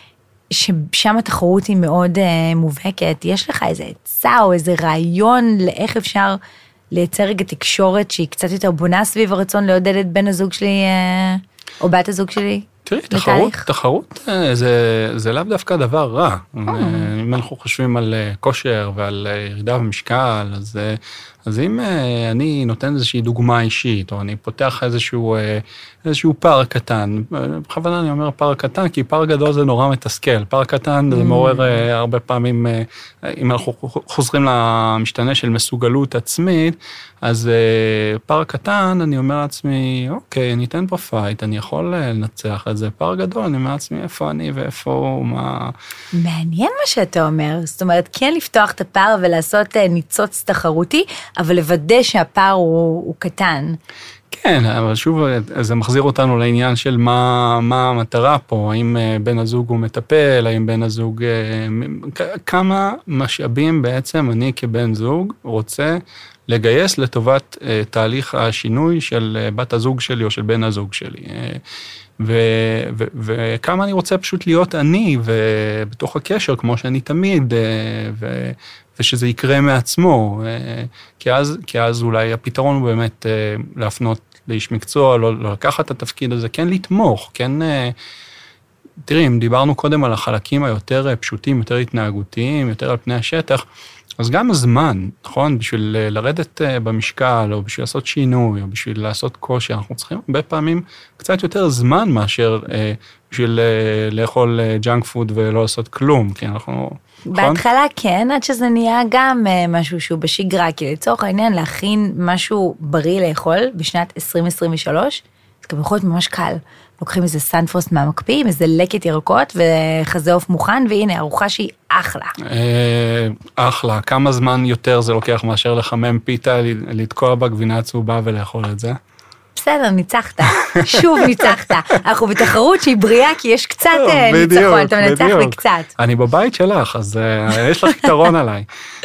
ששם התחרות היא מאוד מובהקת, יש לך איזה עצה או איזה רעיון לאיך אפשר לייצר רגע תקשורת שהיא קצת יותר בונה סביב הרצון לעודד את בן הזוג שלי או בת הזוג שלי? תראי, תחרות זה לאו דווקא דבר רע. אם אנחנו חושבים על כושר ועל ירידה במשקל, אז אם אני נותן איזושהי דוגמה אישית, או אני פותח איזשהו פער קטן, בכוונה אני אומר פער קטן, כי פער גדול זה נורא מתסכל, פער קטן זה מעורר הרבה פעמים, אם אנחנו חוזרים למשתנה של מסוגלות עצמית, אז פער קטן, אני אומר לעצמי, אוקיי, אני אתן פה פייט, אני יכול לנצח את זה, פער גדול, אני אומר לעצמי, איפה אני ואיפה, מה... מעניין מה שאתה אומר, זאת אומרת, כן לפתוח את הפער ולעשות ניצוץ תחרותי, אבל לוודא שהפער הוא קטן. כן, אבל שוב, זה מחזיר אותנו לעניין של מה המטרה פה, האם בן הזוג הוא מטפל, האם בן הזוג, כמה משאבים בעצם אני כבן זוג רוצה לגייס לטובת תהליך השינוי של בת הזוג שלי או של בן הזוג שלי. וכמה אני רוצה פשוט להיות אני, ובתוך הקשר, כמו שאני תמיד, ושזה יקרה מעצמו, כי אז אולי הפתרון הוא באמת להפנות לאיש מקצוע, לא לקחת את התפקיד הזה, כן לתמוך, כן, תראי, אם דיברנו קודם על החלקים היותר פשוטים, יותר התנהגותיים, יותר על פני השטח, אז גם הזמן, נכון? בשביל לרדת במשקל, או בשביל לעשות שינוי, או בשביל לעשות כושר, אנחנו צריכים הרבה פעמים קצת יותר זמן מאשר בשביל לאכול ג'אנק פוד ולא לעשות כלום, כי אנחנו... בהתחלה כן, עד שזה נהיה גם משהו שהוא בשגרה, כי לצורך העניין להכין משהו בריא לאכול בשנת 2023, זה גם יכול להיות ממש קל. לוקחים איזה סנפרוסט מהמקפיא, איזה לקט ירקות וחזה עוף מוכן, והנה, ארוחה שהיא אחלה. אחלה. כמה זמן יותר זה לוקח מאשר לחמם פיתה, לתקוע בגבינה הצהובה ולאכול את זה? בסדר, ניצחת. שוב ניצחת. אנחנו בתחרות שהיא בריאה, כי יש קצת ניצחון, אתה מנצח לי קצת. אני בבית שלך, אז יש לך יתרון עליי.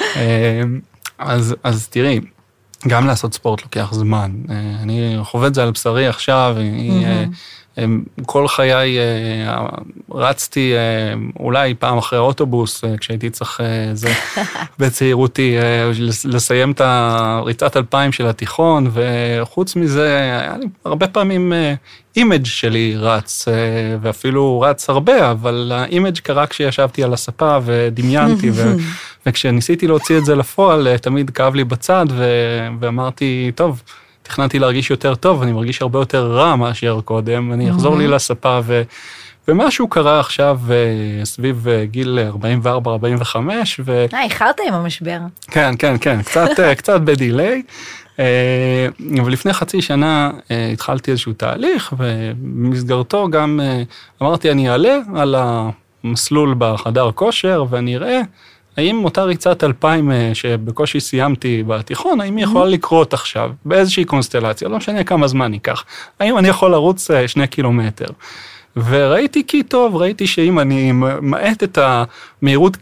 אז תראי, גם לעשות ספורט לוקח זמן. אני חווה את זה על בשרי עכשיו, כל חיי רצתי אולי פעם אחרי האוטובוס, כשהייתי צריך בצעירותי לסיים את הריצת 2000 של התיכון, וחוץ מזה היה לי הרבה פעמים אימג' שלי רץ, ואפילו רץ הרבה, אבל האימג' קרה כשישבתי על הספה ודמיינתי, וכשניסיתי להוציא את זה לפועל, תמיד כאב לי בצד, ואמרתי, טוב, תכננתי להרגיש יותר טוב, אני מרגיש הרבה יותר רע מאשר קודם, אני אחזור לי לספה, ומשהו קרה עכשיו סביב גיל 44-45, איחרת עם המשבר. כן, קצת בדיליי, אבל לפני חצי שנה התחלתי איזשהו תהליך, ובמסגרתו גם אמרתי, אני אעלה על המסלול בחדר כושר, ואני אראה, האם אותה ריצת 2000 שבקושי סיימתי בתיכון, האם היא יכולה לקרות עכשיו, באיזושהי קונסטלציה, לא משנה כמה זמן ייקח, האם אני יכול לרוץ 2 קילומטר. וראיתי כי טוב, ראיתי שאם אני מעט את המהירות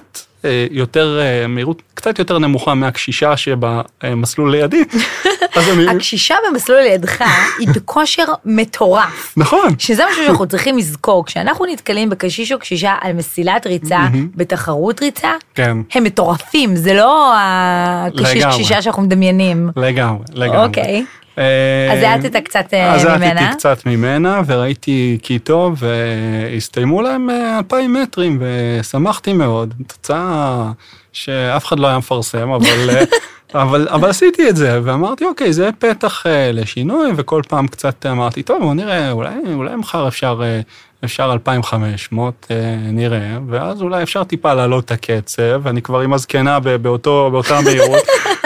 קצת יותר נמוכה מהקשישה שבמסלול לידי. הקשישה במסלול לידך היא בכושר מטורף. נכון. שזה משהו שאנחנו צריכים לזכור, כשאנחנו נתקלים בקשיש או קשישה על מסילת ריצה, בתחרות ריצה, הם מטורפים, זה לא הקשיש קשישה שאנחנו מדמיינים. לגמרי. אוקיי. אז העטת קצת ממנה. אז העטתי קצת ממנה, וראיתי כי טוב, והסתיימו להם 2,000 מטרים, ושמחתי מאוד. תוצאה שאף אחד לא היה מפרסם, אבל עשיתי את זה, ואמרתי, אוקיי, זה פתח לשינוי, וכל פעם קצת אמרתי, טוב, בוא נראה, אולי מחר אפשר 2,500, נראה, ואז אולי אפשר טיפה לעלות את הקצב, אני כבר עם הזקנה באותה מהירות,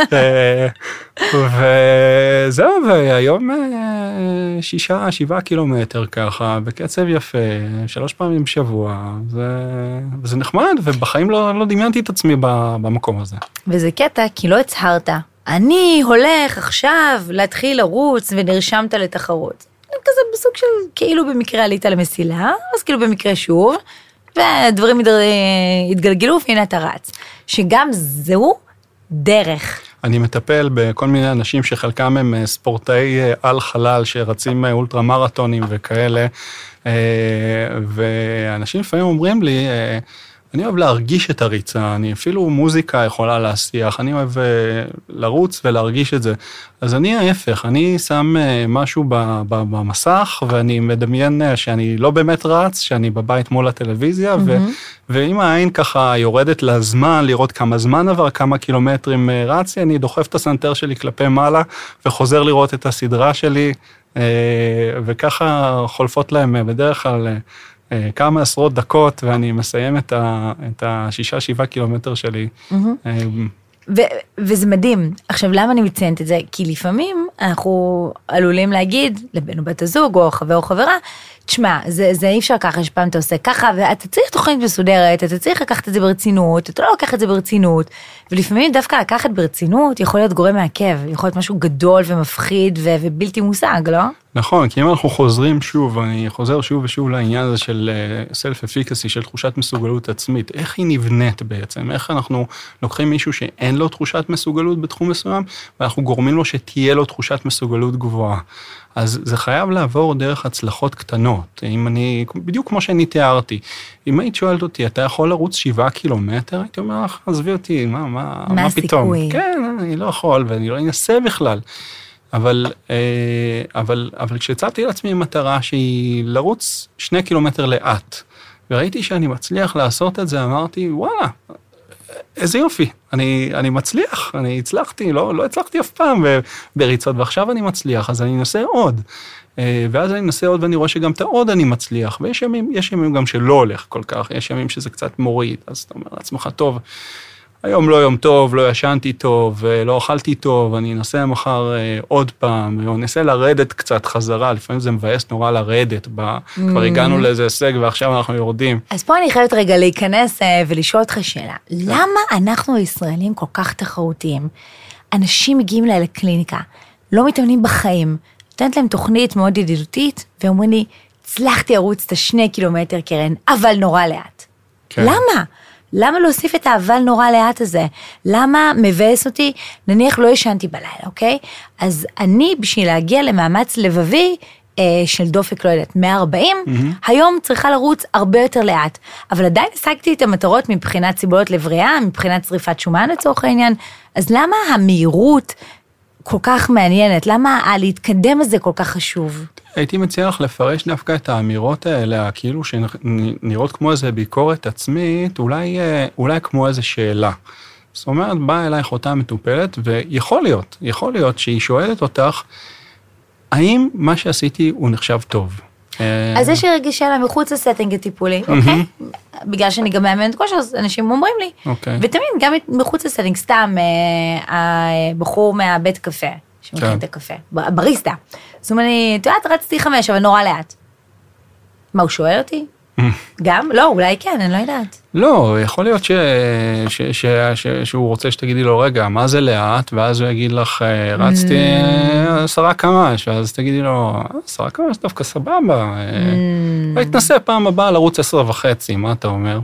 וזהו, והיום 6-7 קילומטר ככה, בקצב יפה, 3 פעמים בשבוע, וזה נחמד, ובחיים לא דמיינתי את עצמי במקום הזה. וזה קטע, כי לא הצהרת, אני הולך עכשיו להתחיל לרוץ ונרשמת לתחרות. כזה בסוג של כאילו במקרה עלית למסילה, אז כאילו במקרה שוב, ודברים התגלגלו והנה אתה רץ. שגם זהו דרך. אני מטפל בכל מיני אנשים שחלקם הם ספורטאי על חלל שרצים אולטרה מרתונים וכאלה, ואנשים לפעמים אומרים לי, אני אוהב להרגיש את הריצה, אני אפילו מוזיקה יכולה להסיח, אני אוהב לרוץ ולהרגיש את זה. אז אני ההפך, אני שם משהו במסך, ואני מדמיין שאני לא באמת רץ, שאני בבית מול הטלוויזיה, ואם העין ככה יורדת לזמן, לראות כמה זמן עבר, כמה קילומטרים רצי, אני דוחף את הסנטר שלי כלפי מעלה, וחוזר לראות את הסדרה שלי, וככה חולפות להם בדרך כלל כמה עשרות דקות, ואני מסיים את 6-7 קילומטר שלי. וזה מדהים. עכשיו, למה אני מציינת את זה? כי לפעמים אנחנו עלולים להגיד לבן או בת הזוג, או חבר או חברה, תשמע, זה אי אפשר ככה, שפעם אתה עושה ככה, ואתה צריך תוכנית מסודרת, אתה צריך לקחת את זה ברצינות, אתה לא לוקח את זה ברצינות, ולפעמים דווקא לקחת ברצינות יכול להיות גורם מעכב, יכול להיות משהו גדול ומפחיד ובלתי מושג, לא? נכון, כי אם אנחנו חוזרים שוב, אני חוזר שוב ושוב לעניין הזה של self-efficacy, של תחושת מסוגלות עצמית, איך היא נבנית בעצם? איך אנחנו לוקחים מישהו שאין לו תחושת מסוגלות בתחום מסוים, ואנחנו גורמים לו שתהיה לו תחושת מסוגלות גבוהה. אז זה חייב לעבור דרך הצלחות קטנות. אם אני, בדיוק כמו שאני תיארתי, אם היית שואלת אותי, אתה יכול לרוץ 7 קילומטר? הייתי אומר לך, עזבי אותי, מה פתאום? הסיכוי? כן, אני לא יכול, ואני לא אנסה בכלל. אבל כשהצבתי לעצמי מטרה שהיא לרוץ 2 קילומטר לאט, וראיתי שאני מצליח לעשות את זה, אמרתי, וואלה, איזה יופי, אני מצליח, אני הצלחתי, לא הצלחתי אף פעם בריצות, ועכשיו אני מצליח, אז אני אנסה עוד. ואז אני אנסה עוד ואני רואה שגם את העוד אני מצליח, ויש ימים גם שלא הולך כל כך, יש ימים שזה קצת מוריד, אז אתה אומר לעצמך, טוב, היום לא יום טוב, לא ישנתי טוב, לא אכלתי טוב, אני אנסה מחר עוד פעם, או אנסה לרדת קצת חזרה, לפעמים זה מבאס נורא לרדת, כבר הגענו לאיזה הישג ועכשיו אנחנו יורדים. אז פה אני חייבת רגע להיכנס ולשאול אותך שאלה, למה אנחנו הישראלים כל כך תחרותיים? אנשים מגיעים אליי לקליניקה, לא מתאמנים בחיים, נותנת להם תוכנית מאוד ידידותית, ואומרים לי, הצלחתי לרוץ את 2 קילומטר קרן, אבל נורא לאט. כן. למה? למה להוסיף את האבל נורא לאט הזה? למה מבאס אותי? נניח לא ישנתי בלילה, אוקיי? אז אני, בשביל להגיע למאמץ לבבי, של דופק, לא יודעת, 140, היום צריכה לרוץ הרבה יותר לאט. אבל עדיין השגתי את המטרות מבחינת סיבולת לבריאה, מבחינת שריפת שומן לצורך העניין. אז למה המהירות כל כך מעניינת? למה להתקדם הזה כל כך חשוב? הייתי מציע לך לפרש דווקא את האמירות האלה, כאילו שנראות כמו איזה ביקורת עצמית, אולי כמו איזה שאלה. זאת אומרת, באה אלייך אותה מטופלת, ויכול להיות שהיא שואלת אותך, האם מה שעשיתי הוא נחשב טוב? אז יש לי רגע שאלה מחוץ לסטינג הטיפולי, אוקיי? בגלל שאני גם מאמנת כושר, אז אנשים אומרים לי. ותמיד, גם מחוץ לסטינג, סתם הבחור מהבית קפה, שמכין את הקפה, בריסטה. זאת אומרת, אתה יודעת, רצתי 5, אבל נורא לאט. מה, הוא שואל אותי? גם? לא, אולי כן, אני לא יודעת. לא, יכול להיות שהוא רוצה שתגידי לו, רגע, מה זה לאט? ואז הוא יגיד לך, רצתי 10 קמ"ש, ואז תגידי לו, 10 קמ"ש דווקא סבבה. והתנסה פעם הבאה לרוץ 10.5, מה אתה אומר?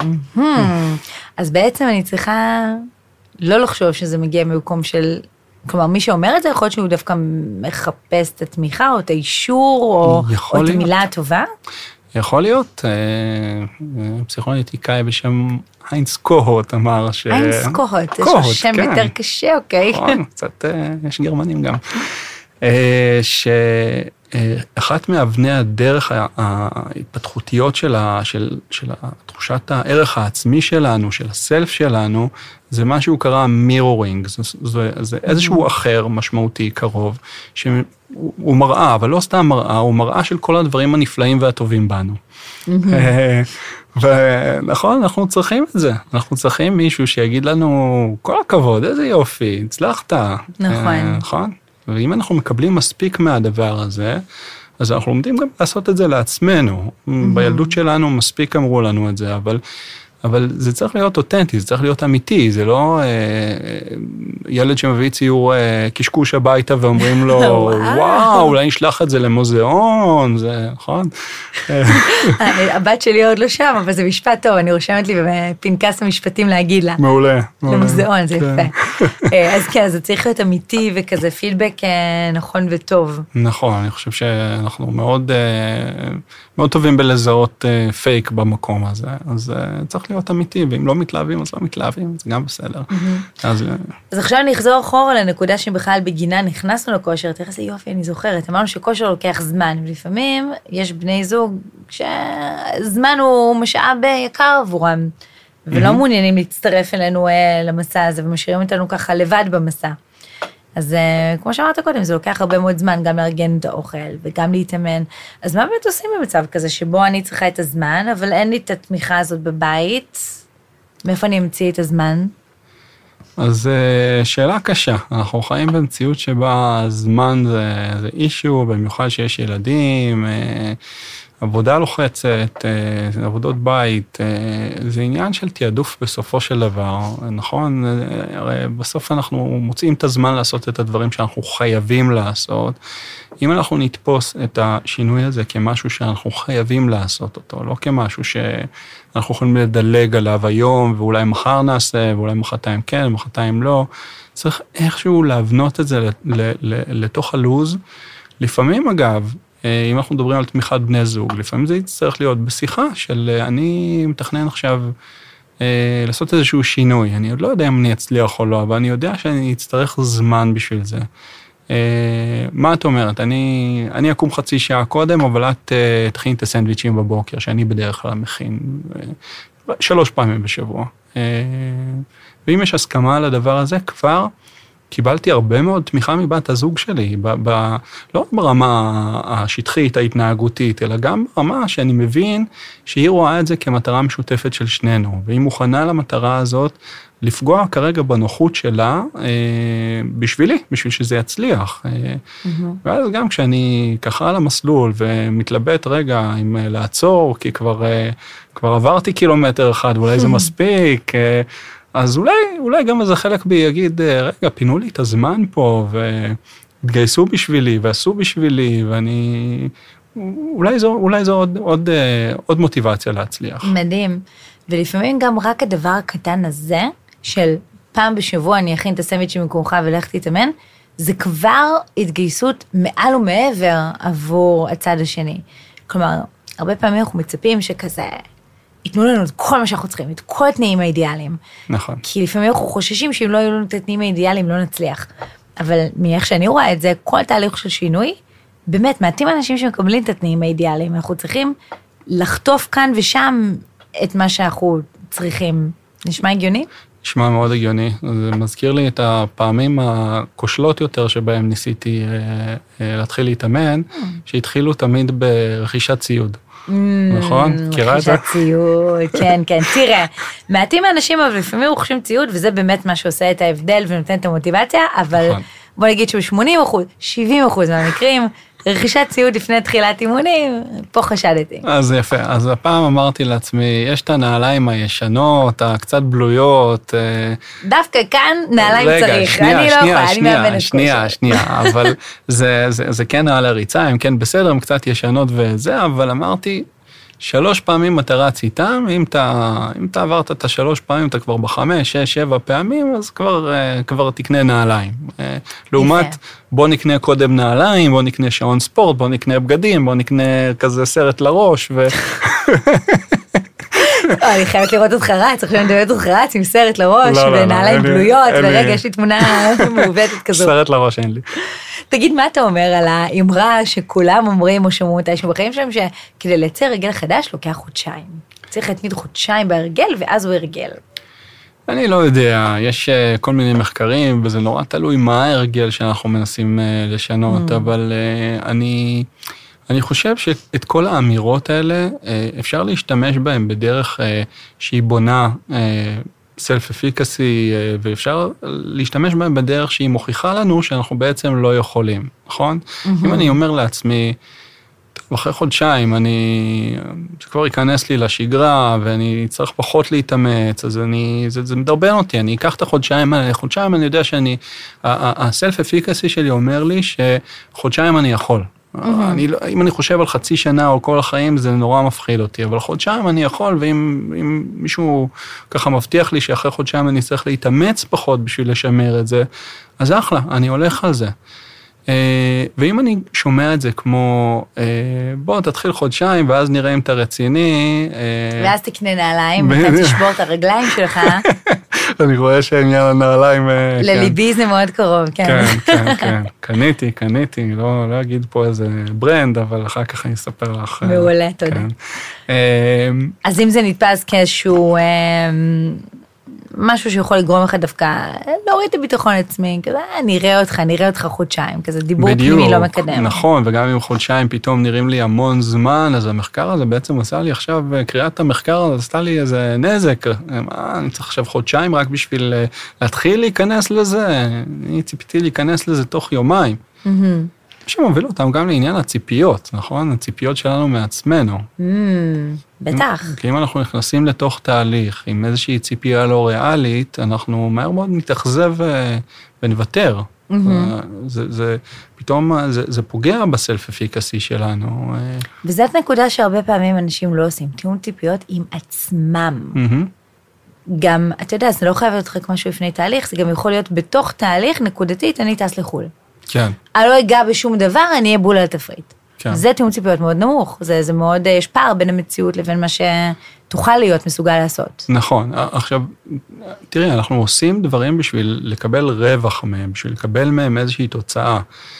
אז בעצם אני צריכה לא לחשוב שזה מגיע ממקום של, כלומר, מי שאומר את זה, יכול להיות שהוא דווקא מחפש את התמיכה, או את האישור, או את המילה הטובה? יכול להיות, פסיכואנליטיקאי בשם היינץ קוהוט אמר ש... היינץ קוהוט, יש לו שם יותר קשה, אוקיי? נכון, קצת, יש גרמנים גם. שאחת מאבני הדרך ההתפתחותיות של תחושת הערך העצמי שלנו, של הסלף שלנו, זה מה שהוא קרא מירורינג, זה איזשהו אחר משמעותי קרוב, שהוא מראה, אבל לא סתם מראה, הוא מראה של כל הדברים הנפלאים והטובים בנו. ונכון, אנחנו צריכים את זה, אנחנו צריכים מישהו שיגיד לנו, כל הכבוד, איזה יופי, הצלחת. נכון. ואם אנחנו מקבלים מספיק מהדבר הזה, אז אנחנו לומדים גם לעשות את זה לעצמנו. בילדות שלנו מספיק אמרו לנו את זה, אבל זה צריך להיות אותנטי, זה צריך להיות אמיתי, זה לא ילד שמביא ציור קשקוש הביתה ואומרים לו, וואו, אולי נשלח את זה למוזיאון, זה נכון? הבת שלי עוד לא שם, אבל זה משפט טוב, אני רושמת לי בפנקס המשפטים להגיד לה. מעולה. למוזיאון, זה יפה. אז כן, זה צריך להיות אמיתי וכזה פידבק נכון וטוב. נכון, אני חושב שאנחנו מאוד טובים בלזהות פייק במקום הזה, אז צריך להיות אמיתי, ואם לא מתלהבים, אז לא מתלהבים, זה גם בסדר. אז עכשיו אני אחזור אחורה לנקודה שבכלל בגינה נכנסנו לכושר, תראה איזה יופי, אני זוכרת, אמרנו שכושר לוקח זמן, ולפעמים יש בני זוג שזמן הוא משאב יקר עבורם, ולא מעוניינים להצטרף אלינו למסע הזה, ומשאירים אותנו ככה לבד במסע. אז כמו שאמרת קודם, זה לוקח הרבה מאוד זמן גם לארגן את האוכל וגם להתאמן. אז מה באמת עושים במצב כזה שבו אני צריכה את הזמן, אבל אין לי את התמיכה הזאת בבית? מאיפה אני אמציא את הזמן? אז שאלה קשה. אנחנו חיים במציאות שבה הזמן זה אישו, במיוחד שיש ילדים, עבודה לוחצת, עבודות בית, זה עניין של תיעדוף בסופו של דבר, נכון? הרי בסוף אנחנו מוצאים את הזמן לעשות את הדברים שאנחנו חייבים לעשות. אם אנחנו נתפוס את השינוי הזה כמשהו שאנחנו חייבים לעשות אותו, לא כמשהו שאנחנו יכולים לדלג עליו היום, ואולי מחר נעשה, ואולי מחרתיים כן, מחרתיים לא, צריך איכשהו להבנות את זה לתוך הלוז. לפעמים אגב, אם אנחנו מדברים על תמיכת בני זוג, לפעמים זה יצטרך להיות בשיחה של אני מתכנן עכשיו לעשות איזשהו שינוי, אני עוד לא יודע אם אני אצליח או לא, אבל אני יודע שאני אצטרך זמן בשביל זה. מה את אומרת? אני אקום חצי שעה קודם, אבל את תכין את הסנדוויצ'ים בבוקר, שאני בדרך כלל מכין 3 פעמים בשבוע. ואם יש הסכמה על הדבר הזה, כבר קיבלתי הרבה מאוד תמיכה מבת הזוג שלי, לא ברמה השטחית, ההתנהגותית, אלא גם ברמה שאני מבין שהיא רואה את זה כמטרה משותפת של שנינו, והיא מוכנה למטרה הזאת לפגוע כרגע בנוחות שלה בשבילי, בשביל שזה יצליח. ואז גם כשאני ככה על המסלול ומתלבט רגע אם לעצור, כי כבר עברתי 1 קילומטר, ואולי זה מספיק, אז אולי גם איזה חלק בי יגיד, רגע, פינו לי את הזמן פה, והתגייסו בשבילי, ועשו בשבילי, אולי זו עוד מוטיבציה להצליח. מדהים. ולפעמים גם רק הדבר הקטן הזה, של פעם בשבוע אני אכין את הסנדוויץ' ממקומך ולך תתאמן, זה כבר התגייסות מעל ומעבר עבור הצד השני. כלומר, הרבה פעמים אנחנו מצפים שכזה ייתנו לנו את כל מה שאנחנו צריכים, את כל התנאים האידיאליים. נכון. כי לפעמים אנחנו חוששים שאם לא יהיו לנו את התנאים האידיאליים, לא נצליח. אבל מאיך שאני רואה את זה, כל תהליך של שינוי, באמת, מעטים אנשים שמקבלים את התנאים האידיאליים, אנחנו צריכים לחטוף כאן ושם את מה שאנחנו צריכים. נשמע הגיוני? נשמע מאוד הגיוני. זה מזכיר לי את הפעמים הכושלות יותר שבהם ניסיתי להתחיל להתאמן, שהתחילו תמיד ברכישת ציוד. נכון? מכירה את זה? רכישת ציוד, כן, כן. תראה, מעטים האנשים אבל לפעמים רוכשים ציוד, וזה באמת מה שעושה את ההבדל ונותן את המוטיבציה, אבל בוא נגיד שהוא 80%, 70% מהמקרים, רכישת ציוד לפני תחילת אימונים, פה חשדתי. אז יפה, אז הפעם אמרתי לעצמי, יש את הנעליים הישנות, הקצת בלויות. דווקא כאן נעליים צריך, אני לא יכולה, אני מאמנת כושר. שנייה, אבל זה כן נעלי ריצה, הם כן בסדר, הם קצת ישנות וזה, אבל אמרתי, 3 פעמים אתה רץ איתם, אם אתה עברת את 3 פעמים, אתה כבר 5, 6, 7 פעמים, אז כבר תקנה נעליים. לעומת, בוא נקנה קודם נעליים, בוא נקנה שעון ספורט, בוא נקנה בגדים, בוא נקנה כזה סרט לראש, אני חייבת לראות אותך רץ, עכשיו אני מדברת אותך רץ עם סרט לראש, ונעליים גלויות, ורגע יש לי תמונה מעוותת כזאת. סרט לראש אין לי. תגיד, מה אתה אומר על האמרה שכולם אומרים או שמעו מתישהו בחיים שלהם, שכדי לייצר הרגל חדש לוקח חודשיים. צריך להתמיד חודשיים בהרגל, ואז הוא הרגל. אני לא יודע, יש כל מיני מחקרים, וזה נורא תלוי מה ההרגל שאנחנו מנסים לשנות, אבל אני חושב שאת כל האמירות האלה, אפשר להשתמש בהן בדרך שהיא בונה self-efficacy, ואפשר להשתמש בהן בדרך שהיא מוכיחה לנו שאנחנו בעצם לא יכולים, נכון? אם אני אומר לעצמי, אחרי חודשיים זה כבר ייכנס לי לשגרה, ואני צריך פחות להתאמץ, אז זה מדרבן אותי, אני אקח את החודשיים אני יודע ה-self-efficacy שלי אומר לי שחודשיים אני יכול. אם אני חושב על חצי שנה או כל החיים, זה נורא מפחיד אותי, אבל חודשיים אני יכול, ואם מישהו ככה מבטיח לי שאחרי חודשיים אני צריך להתאמץ פחות בשביל לשמר את זה, אז אחלה, אני הולך על זה. ואם אני שומע את זה כמו, בוא תתחיל חודשיים, ואז נראה אם אתה רציני. ואז תקנה נעליים, ואתה תשבור את הרגליים שלך. אני רואה שעניין הנעליים. לליבי זה מאוד קרוב, כן. כן. קניתי, לא אגיד פה איזה ברנד, אבל אחר כך אני אספר לך. מעולה, תודה. אז אם זה נתפס כאיזשהו משהו שיכול לגרום לך דווקא להוריד את הביטחון עצמי, כזה, נראה אותך חודשיים, כזה דיבור פנימי לא מקדם. נכון, וגם אם חודשיים פתאום נראים לי המון זמן, אז המחקר הזה בעצם עשה לי עכשיו, קריאת המחקר הזה עשתה לי איזה נזק, אני צריך עכשיו חודשיים רק בשביל להתחיל להיכנס לזה, אני ציפיתי להיכנס לזה תוך יומיים. שמוביל אותם גם לעניין הציפיות, נכון? הציפיות שלנו מעצמנו. בטח. כי אם אנחנו נכנסים לתוך תהליך עם איזושהי ציפייה לא ריאלית, אנחנו מהר מאוד נתאכזב ונוותר. פתאום זה פוגע בסלף אפיקסי שלנו. וזאת נקודה שהרבה פעמים אנשים לא עושים, תיאום ציפיות עם עצמם. גם, אתה יודע, זה לא חייב להיות רק משהו לפני תהליך, זה גם יכול להיות בתוך תהליך נקודתית, אני טס לחול. כן. אני לא אגע בשום דבר, אני אהיה בול על התפריט. כן. זה תיאום ציפיות מאוד נמוך, זה מאוד, יש פער בין המציאות לבין מה שתוכל להיות מסוגל לעשות. נכון, עכשיו, תראי, אנחנו עושים דברים בשביל לקבל רווח מהם, בשביל לקבל מהם איזושהי תוצאה,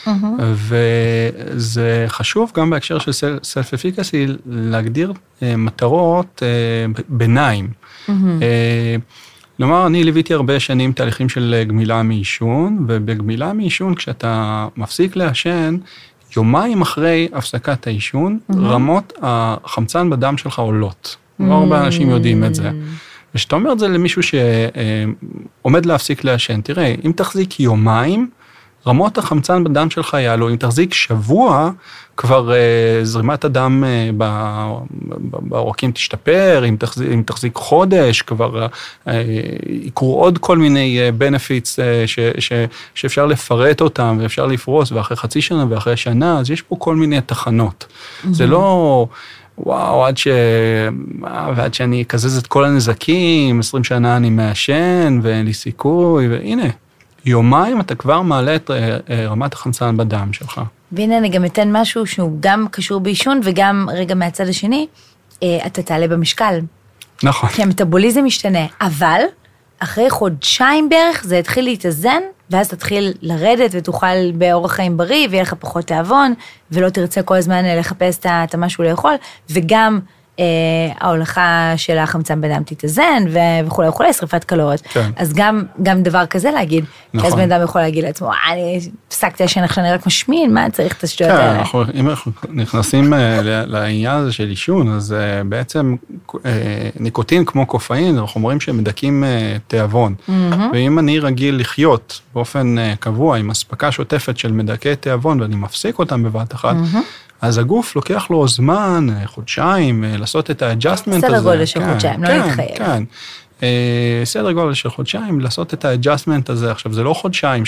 וזה חשוב גם בהקשר של סלף אפיקסי, להגדיר מטרות ביניים. כלומר, אני ליוויתי הרבה שנים תהליכים של גמילה מעישון, ובגמילה מעישון, כשאתה מפסיק לעשן, יומיים אחרי הפסקת העישון, רמות החמצן בדם שלך עולות. לא הרבה אנשים יודעים את זה. ושאתה אומר את זה למישהו שעומד להפסיק לעשן, תראה, אם תחזיק יומיים, רמות החמצן בדם שלך יעלו, אם תחזיק שבוע, כבר זרימת הדם בעורקים תשתפר, אם תחזיק חודש, כבר יקרו עוד כל מיני benefits שאפשר לפרט אותם, ואפשר לפרוס, ואחרי חצי שנה ואחרי שנה, אז יש פה כל מיני תחנות. זה לא, וואו, ועד שאני אקזז את כל הנזקים, 20 שנה אני מעשן, ואין לי סיכוי, והנה. יומיים אתה כבר מעלה את רמת החמצן בדם שלך. והנה אני גם אתן משהו שהוא גם קשור בעישון, וגם רגע מהצד השני, אתה תעלה במשקל. נכון. כי המטאבוליזם משתנה, אבל אחרי חודשיים בערך זה התחיל להתאזן, ואז תתחיל לרדת ותוכל באורח חיים בריא, ויהיה לך פחות תאבון, ולא תרצה כל הזמן לחפש את המשהו לאכול, וגם ההולכה של החמצן בדם תתאזן, וכולי וכולי, שריפת קלוריות. כן. אז גם דבר כזה להגיד, נכון. אז בן אדם יכול להגיד לעצמו, אני הפסקתי השן, איך שאני רק משמין, מה צריך את השטויות האלה? כן, אם אנחנו נכנסים לעניין הזה של עישון, אז בעצם ניקוטין כמו קופאין, אנחנו אומרים שהם מדכאים תיאבון. ואם אני רגיל לחיות באופן קבוע, עם הספקה שוטפת של מדכאי תיאבון, ואני מפסיק אותם בבת אחת, אז הגוף לוקח לו זמן, חודשיים, לעשות את האדג'סטמנט הזה. סדר גודל של חודשיים, לא להתחייב. כן, סדר גודל של חודשיים, לעשות את האדג'סטמנט הזה. עכשיו, זה לא חודשיים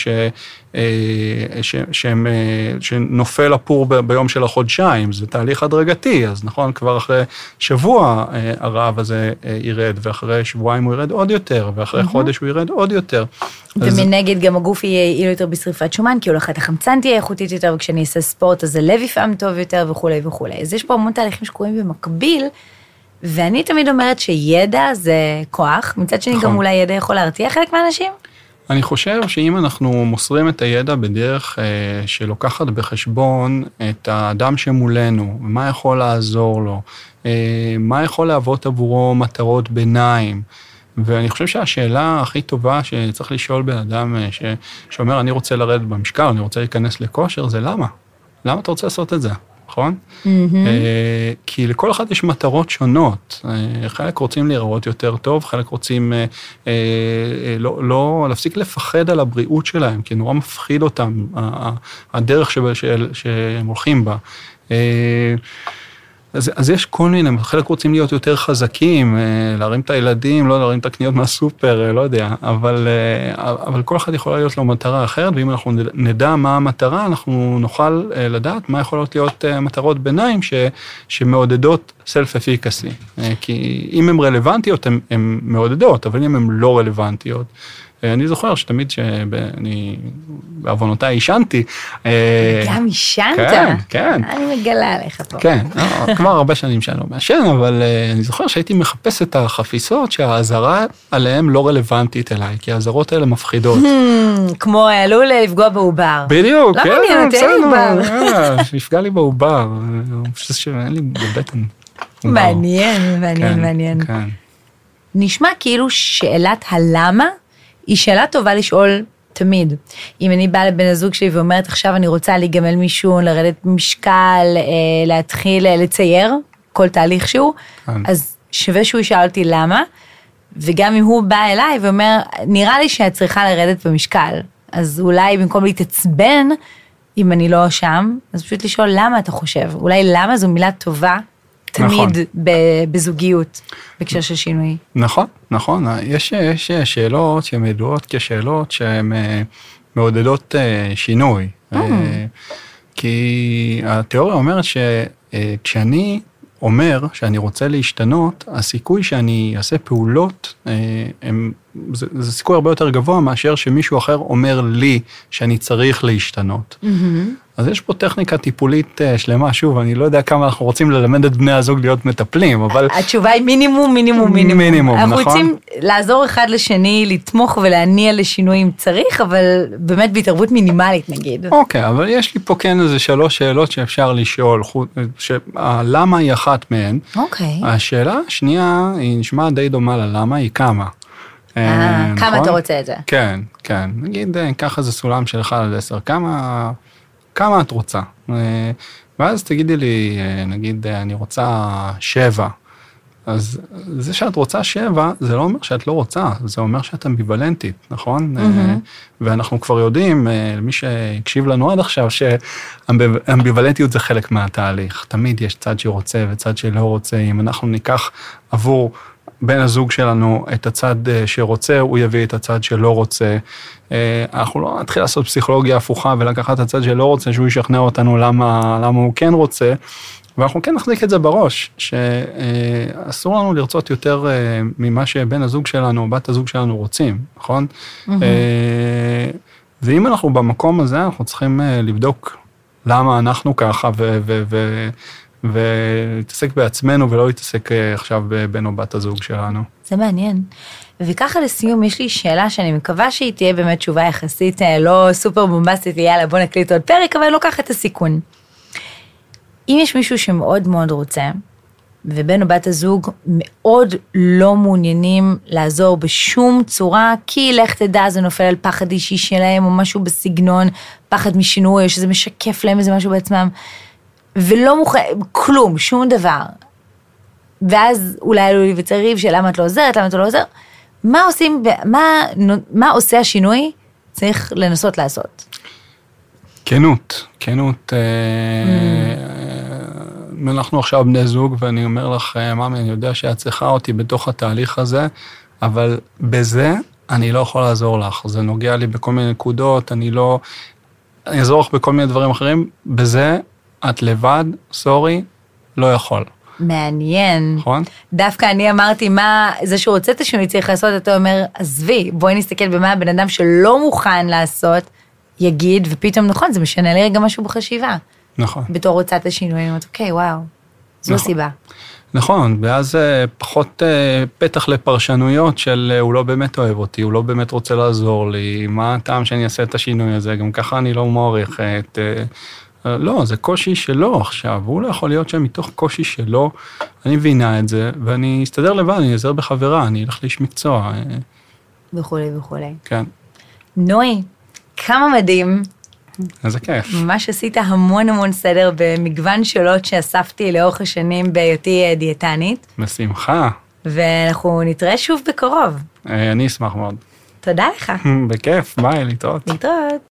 שנופל הפור ביום של החודשיים, זה תהליך הדרגתי, אז נכון, כבר אחרי שבוע הרעב הזה ירד, ואחרי שבועיים הוא ירד עוד יותר, ואחרי חודש הוא ירד עוד יותר. ומנגד גם הגוף יהיה יעיל יותר בשריפת שומן, כי הולכת החמצן תהיה איכותית יותר, וכשאני אעשה ספורט, אז הלב יפעם טוב יותר וכו' וכו'. אז יש פה המון תהליכים שקורים במקביל, ואני תמיד אומרת שידע זה כוח, מצד שני גם אולי ידע יכול להרתיע חלק מהאנשים? אני חושב שאם אנחנו מוסרים את הידע בדרך שלוקחת בחשבון את האדם שמולנו, ומה יכול לעזור לו, מה יכול להוות עבורו מטרות ביניים, ואני חושב שהשאלה הכי טובה שצריך לשאול בן אדם שאומר, אני רוצה לרדת במשקל, אני רוצה להיכנס לכושר, זה למה? למה אתה רוצה לעשות את זה? נכון? כי לכל אחד יש מטרות שונות. חלק רוצים להיראות יותר טוב, חלק רוצים לא להפסיק לפחד על הבריאות שלהם, כי נורא מפחיד אותם, הדרך שהם הולכים בה. אז יש כל מיני, חלק רוצים להיות יותר חזקים, להרים את הילדים, לא להרים את הקניות מהסופר, לא יודע, אבל כל אחד יכול להיות לו מטרה אחרת, ואם אנחנו נדע מה המטרה, אנחנו נוכל לדעת מה יכולות להיות מטרות ביניים שמעודדות סלף-אפיקסי. כי אם הן רלוונטיות, הן מעודדות, אבל אם הן לא רלוונטיות, אני זוכר שתמיד שאני בעוונותיי עישנתי. גם עישנת? כן, כן. אני מגלה עליך פה. כן, כבר הרבה שנים שאני לא מעשן, אבל אני זוכר שהייתי מחפש את החפיסות שההזרה עליהן לא רלוונטית אליי, כי ההזרות האלה מפחידות. כמו עלול לפגוע בעובר. בדיוק, כן. למה מעניין אותי בעובר? שיפגע לי בעובר, אני חושב שאין לי בבטן. מעניין, מעניין, מעניין. נשמע כאילו שאלת הלמה, היא שאלה טובה לשאול תמיד. אם אני באה לבן הזוג שלי ואומרת, עכשיו אני רוצה להיגמל מישון, לרדת משקל, להתחיל לצייר, כל תהליך שהוא, אז שווה שהוא ישאל אותי למה, וגם אם הוא בא אליי ואומר, נראה לי שאת צריכה לרדת במשקל, אז אולי במקום להתעצבן, אם אני לא שם, אז פשוט לשאול למה אתה חושב, אולי למה זו מילה טובה, תמיד בזוגיות, בהקשר של שינוי. נכון. יש שאלות שהן ידועות כשאלות שהן מעודדות שינוי. כי התיאוריה אומרת שכשאני אומר שאני רוצה להשתנות, הסיכוי שאני אעשה פעולות, זה סיכוי הרבה יותר גבוה מאשר שמישהו אחר אומר לי שאני צריך להשתנות. אז יש פה טכניקה טיפולית שלמה, שוב, אני לא יודע כמה אנחנו רוצים ללמד את בני הזוג להיות מטפלים, אבל... התשובה היא מינימום. אנחנו רוצים לעזור אחד לשני, לתמוך ולהניע לשינוי אם צריך, אבל באמת בהתערבות מינימלית נגיד. אוקיי, אבל יש לי פה כן איזה 3 שאלות שאפשר לשאול, למה היא אחת מהן. אוקיי. השאלה השנייה, היא נשמעה די דומה ללמה, היא כמה. כמה אתה רוצה את זה? כן. נגיד, ככה זה סולם של 1 עד 10, כמה את רוצה? ואז תגידי לי, נגיד, אני רוצה 7. אז זה שאת רוצה 7, זה לא אומר שאת לא רוצה, זה אומר שאת אמביוולנטית, נכון? ואנחנו כבר יודעים, מי שהקשיב לנו עד עכשיו, שאמביוולנטיות זה חלק מהתהליך. תמיד יש צד שרוצה וצד שלא רוצה. אם אנחנו ניקח עבור בן הזוג שלנו את הצד שרוצה, הוא יביא את הצד שלא רוצה. אנחנו לא נתחיל לעשות פסיכולוגיה הפוכה ולקחת את הצד שלא רוצה, שהוא ישכנע אותנו למה הוא כן רוצה, ואנחנו כן נחזיק את זה בראש, שאסור לנו לרצות יותר ממה שבן הזוג שלנו או בת הזוג שלנו רוצים, נכון? ואם אנחנו במקום הזה, אנחנו צריכים לבדוק למה אנחנו ככה ולהתעסק בעצמנו ולא להתעסק עכשיו בבן או בת הזוג שלנו. זה מעניין. וככה לסיום יש לי שאלה שאני מקווה שהיא תהיה באמת תשובה יחסית לא סופר בומבסטית, יאללה בוא נקליט עוד פרק, אבל לא קח את הסיכון. אם יש מישהו שמאוד מאוד רוצה, ובן או בת הזוג מאוד לא מעוניינים לעזור בשום צורה, כי לך תדע זה נופל על פחד אישי שלהם, או משהו בסגנון, פחד משינוי, או שזה משקף להם איזה משהו בעצמם, ולא מוכן, כלום, שום דבר. ואז אולי עלו לי וצריב של למה את לא עוזרת, למה את לא עוזר. מה עושים, מה עושה השינוי? צריך לנסות לעשות. כנות. אנחנו עכשיו בני זוג, ואני אומר לך, מאמי, אני יודע שאת צריכה אותי בתוך התהליך הזה, אבל בזה אני לא יכול לעזור לך. זה נוגע לי בכל מיני נקודות, אני אעזור לך בכל מיני דברים אחרים, בזה את לבד, סורי, לא יכול. מעניין. נכון? דווקא אני אמרתי, מה זה שהוא רוצה את השינוי צריך לעשות, אתה אומר, עזבי, בואי נסתכל במה הבן אדם שלא מוכן לעשות, יגיד, ופתאום נכון, זה משנה לי רגע משהו בחשיבה. נכון. בתור רוצה את השינוי, אני אומרת, אוקיי, וואו, זו סיבה. נכון, ואז פחות פתח לפרשנויות של הוא לא באמת אוהב אותי, הוא לא באמת רוצה לעזור לי, מה הטעם שאני אעשה את השינוי הזה, גם ככה אני לא מעריך את... לא, זה קושי שלו עכשיו, הוא לא יכול להיות שמתוך קושי שלו, אני מבינה את זה, ואני אסתדר לבד, אני אעזר בחברה, אני אלך לאיש מקצוע. וכולי. כן. נוי, כמה מדהים. איזה כיף. ממש עשית המון סדר במגוון שאלות שאספתי לאורך השנים בהיותי דיאטנית. בשמחה. ואנחנו נתראה שוב בקרוב. אני אשמח מאוד. תודה לך. בכיף, ביי, להתראות. להתראות.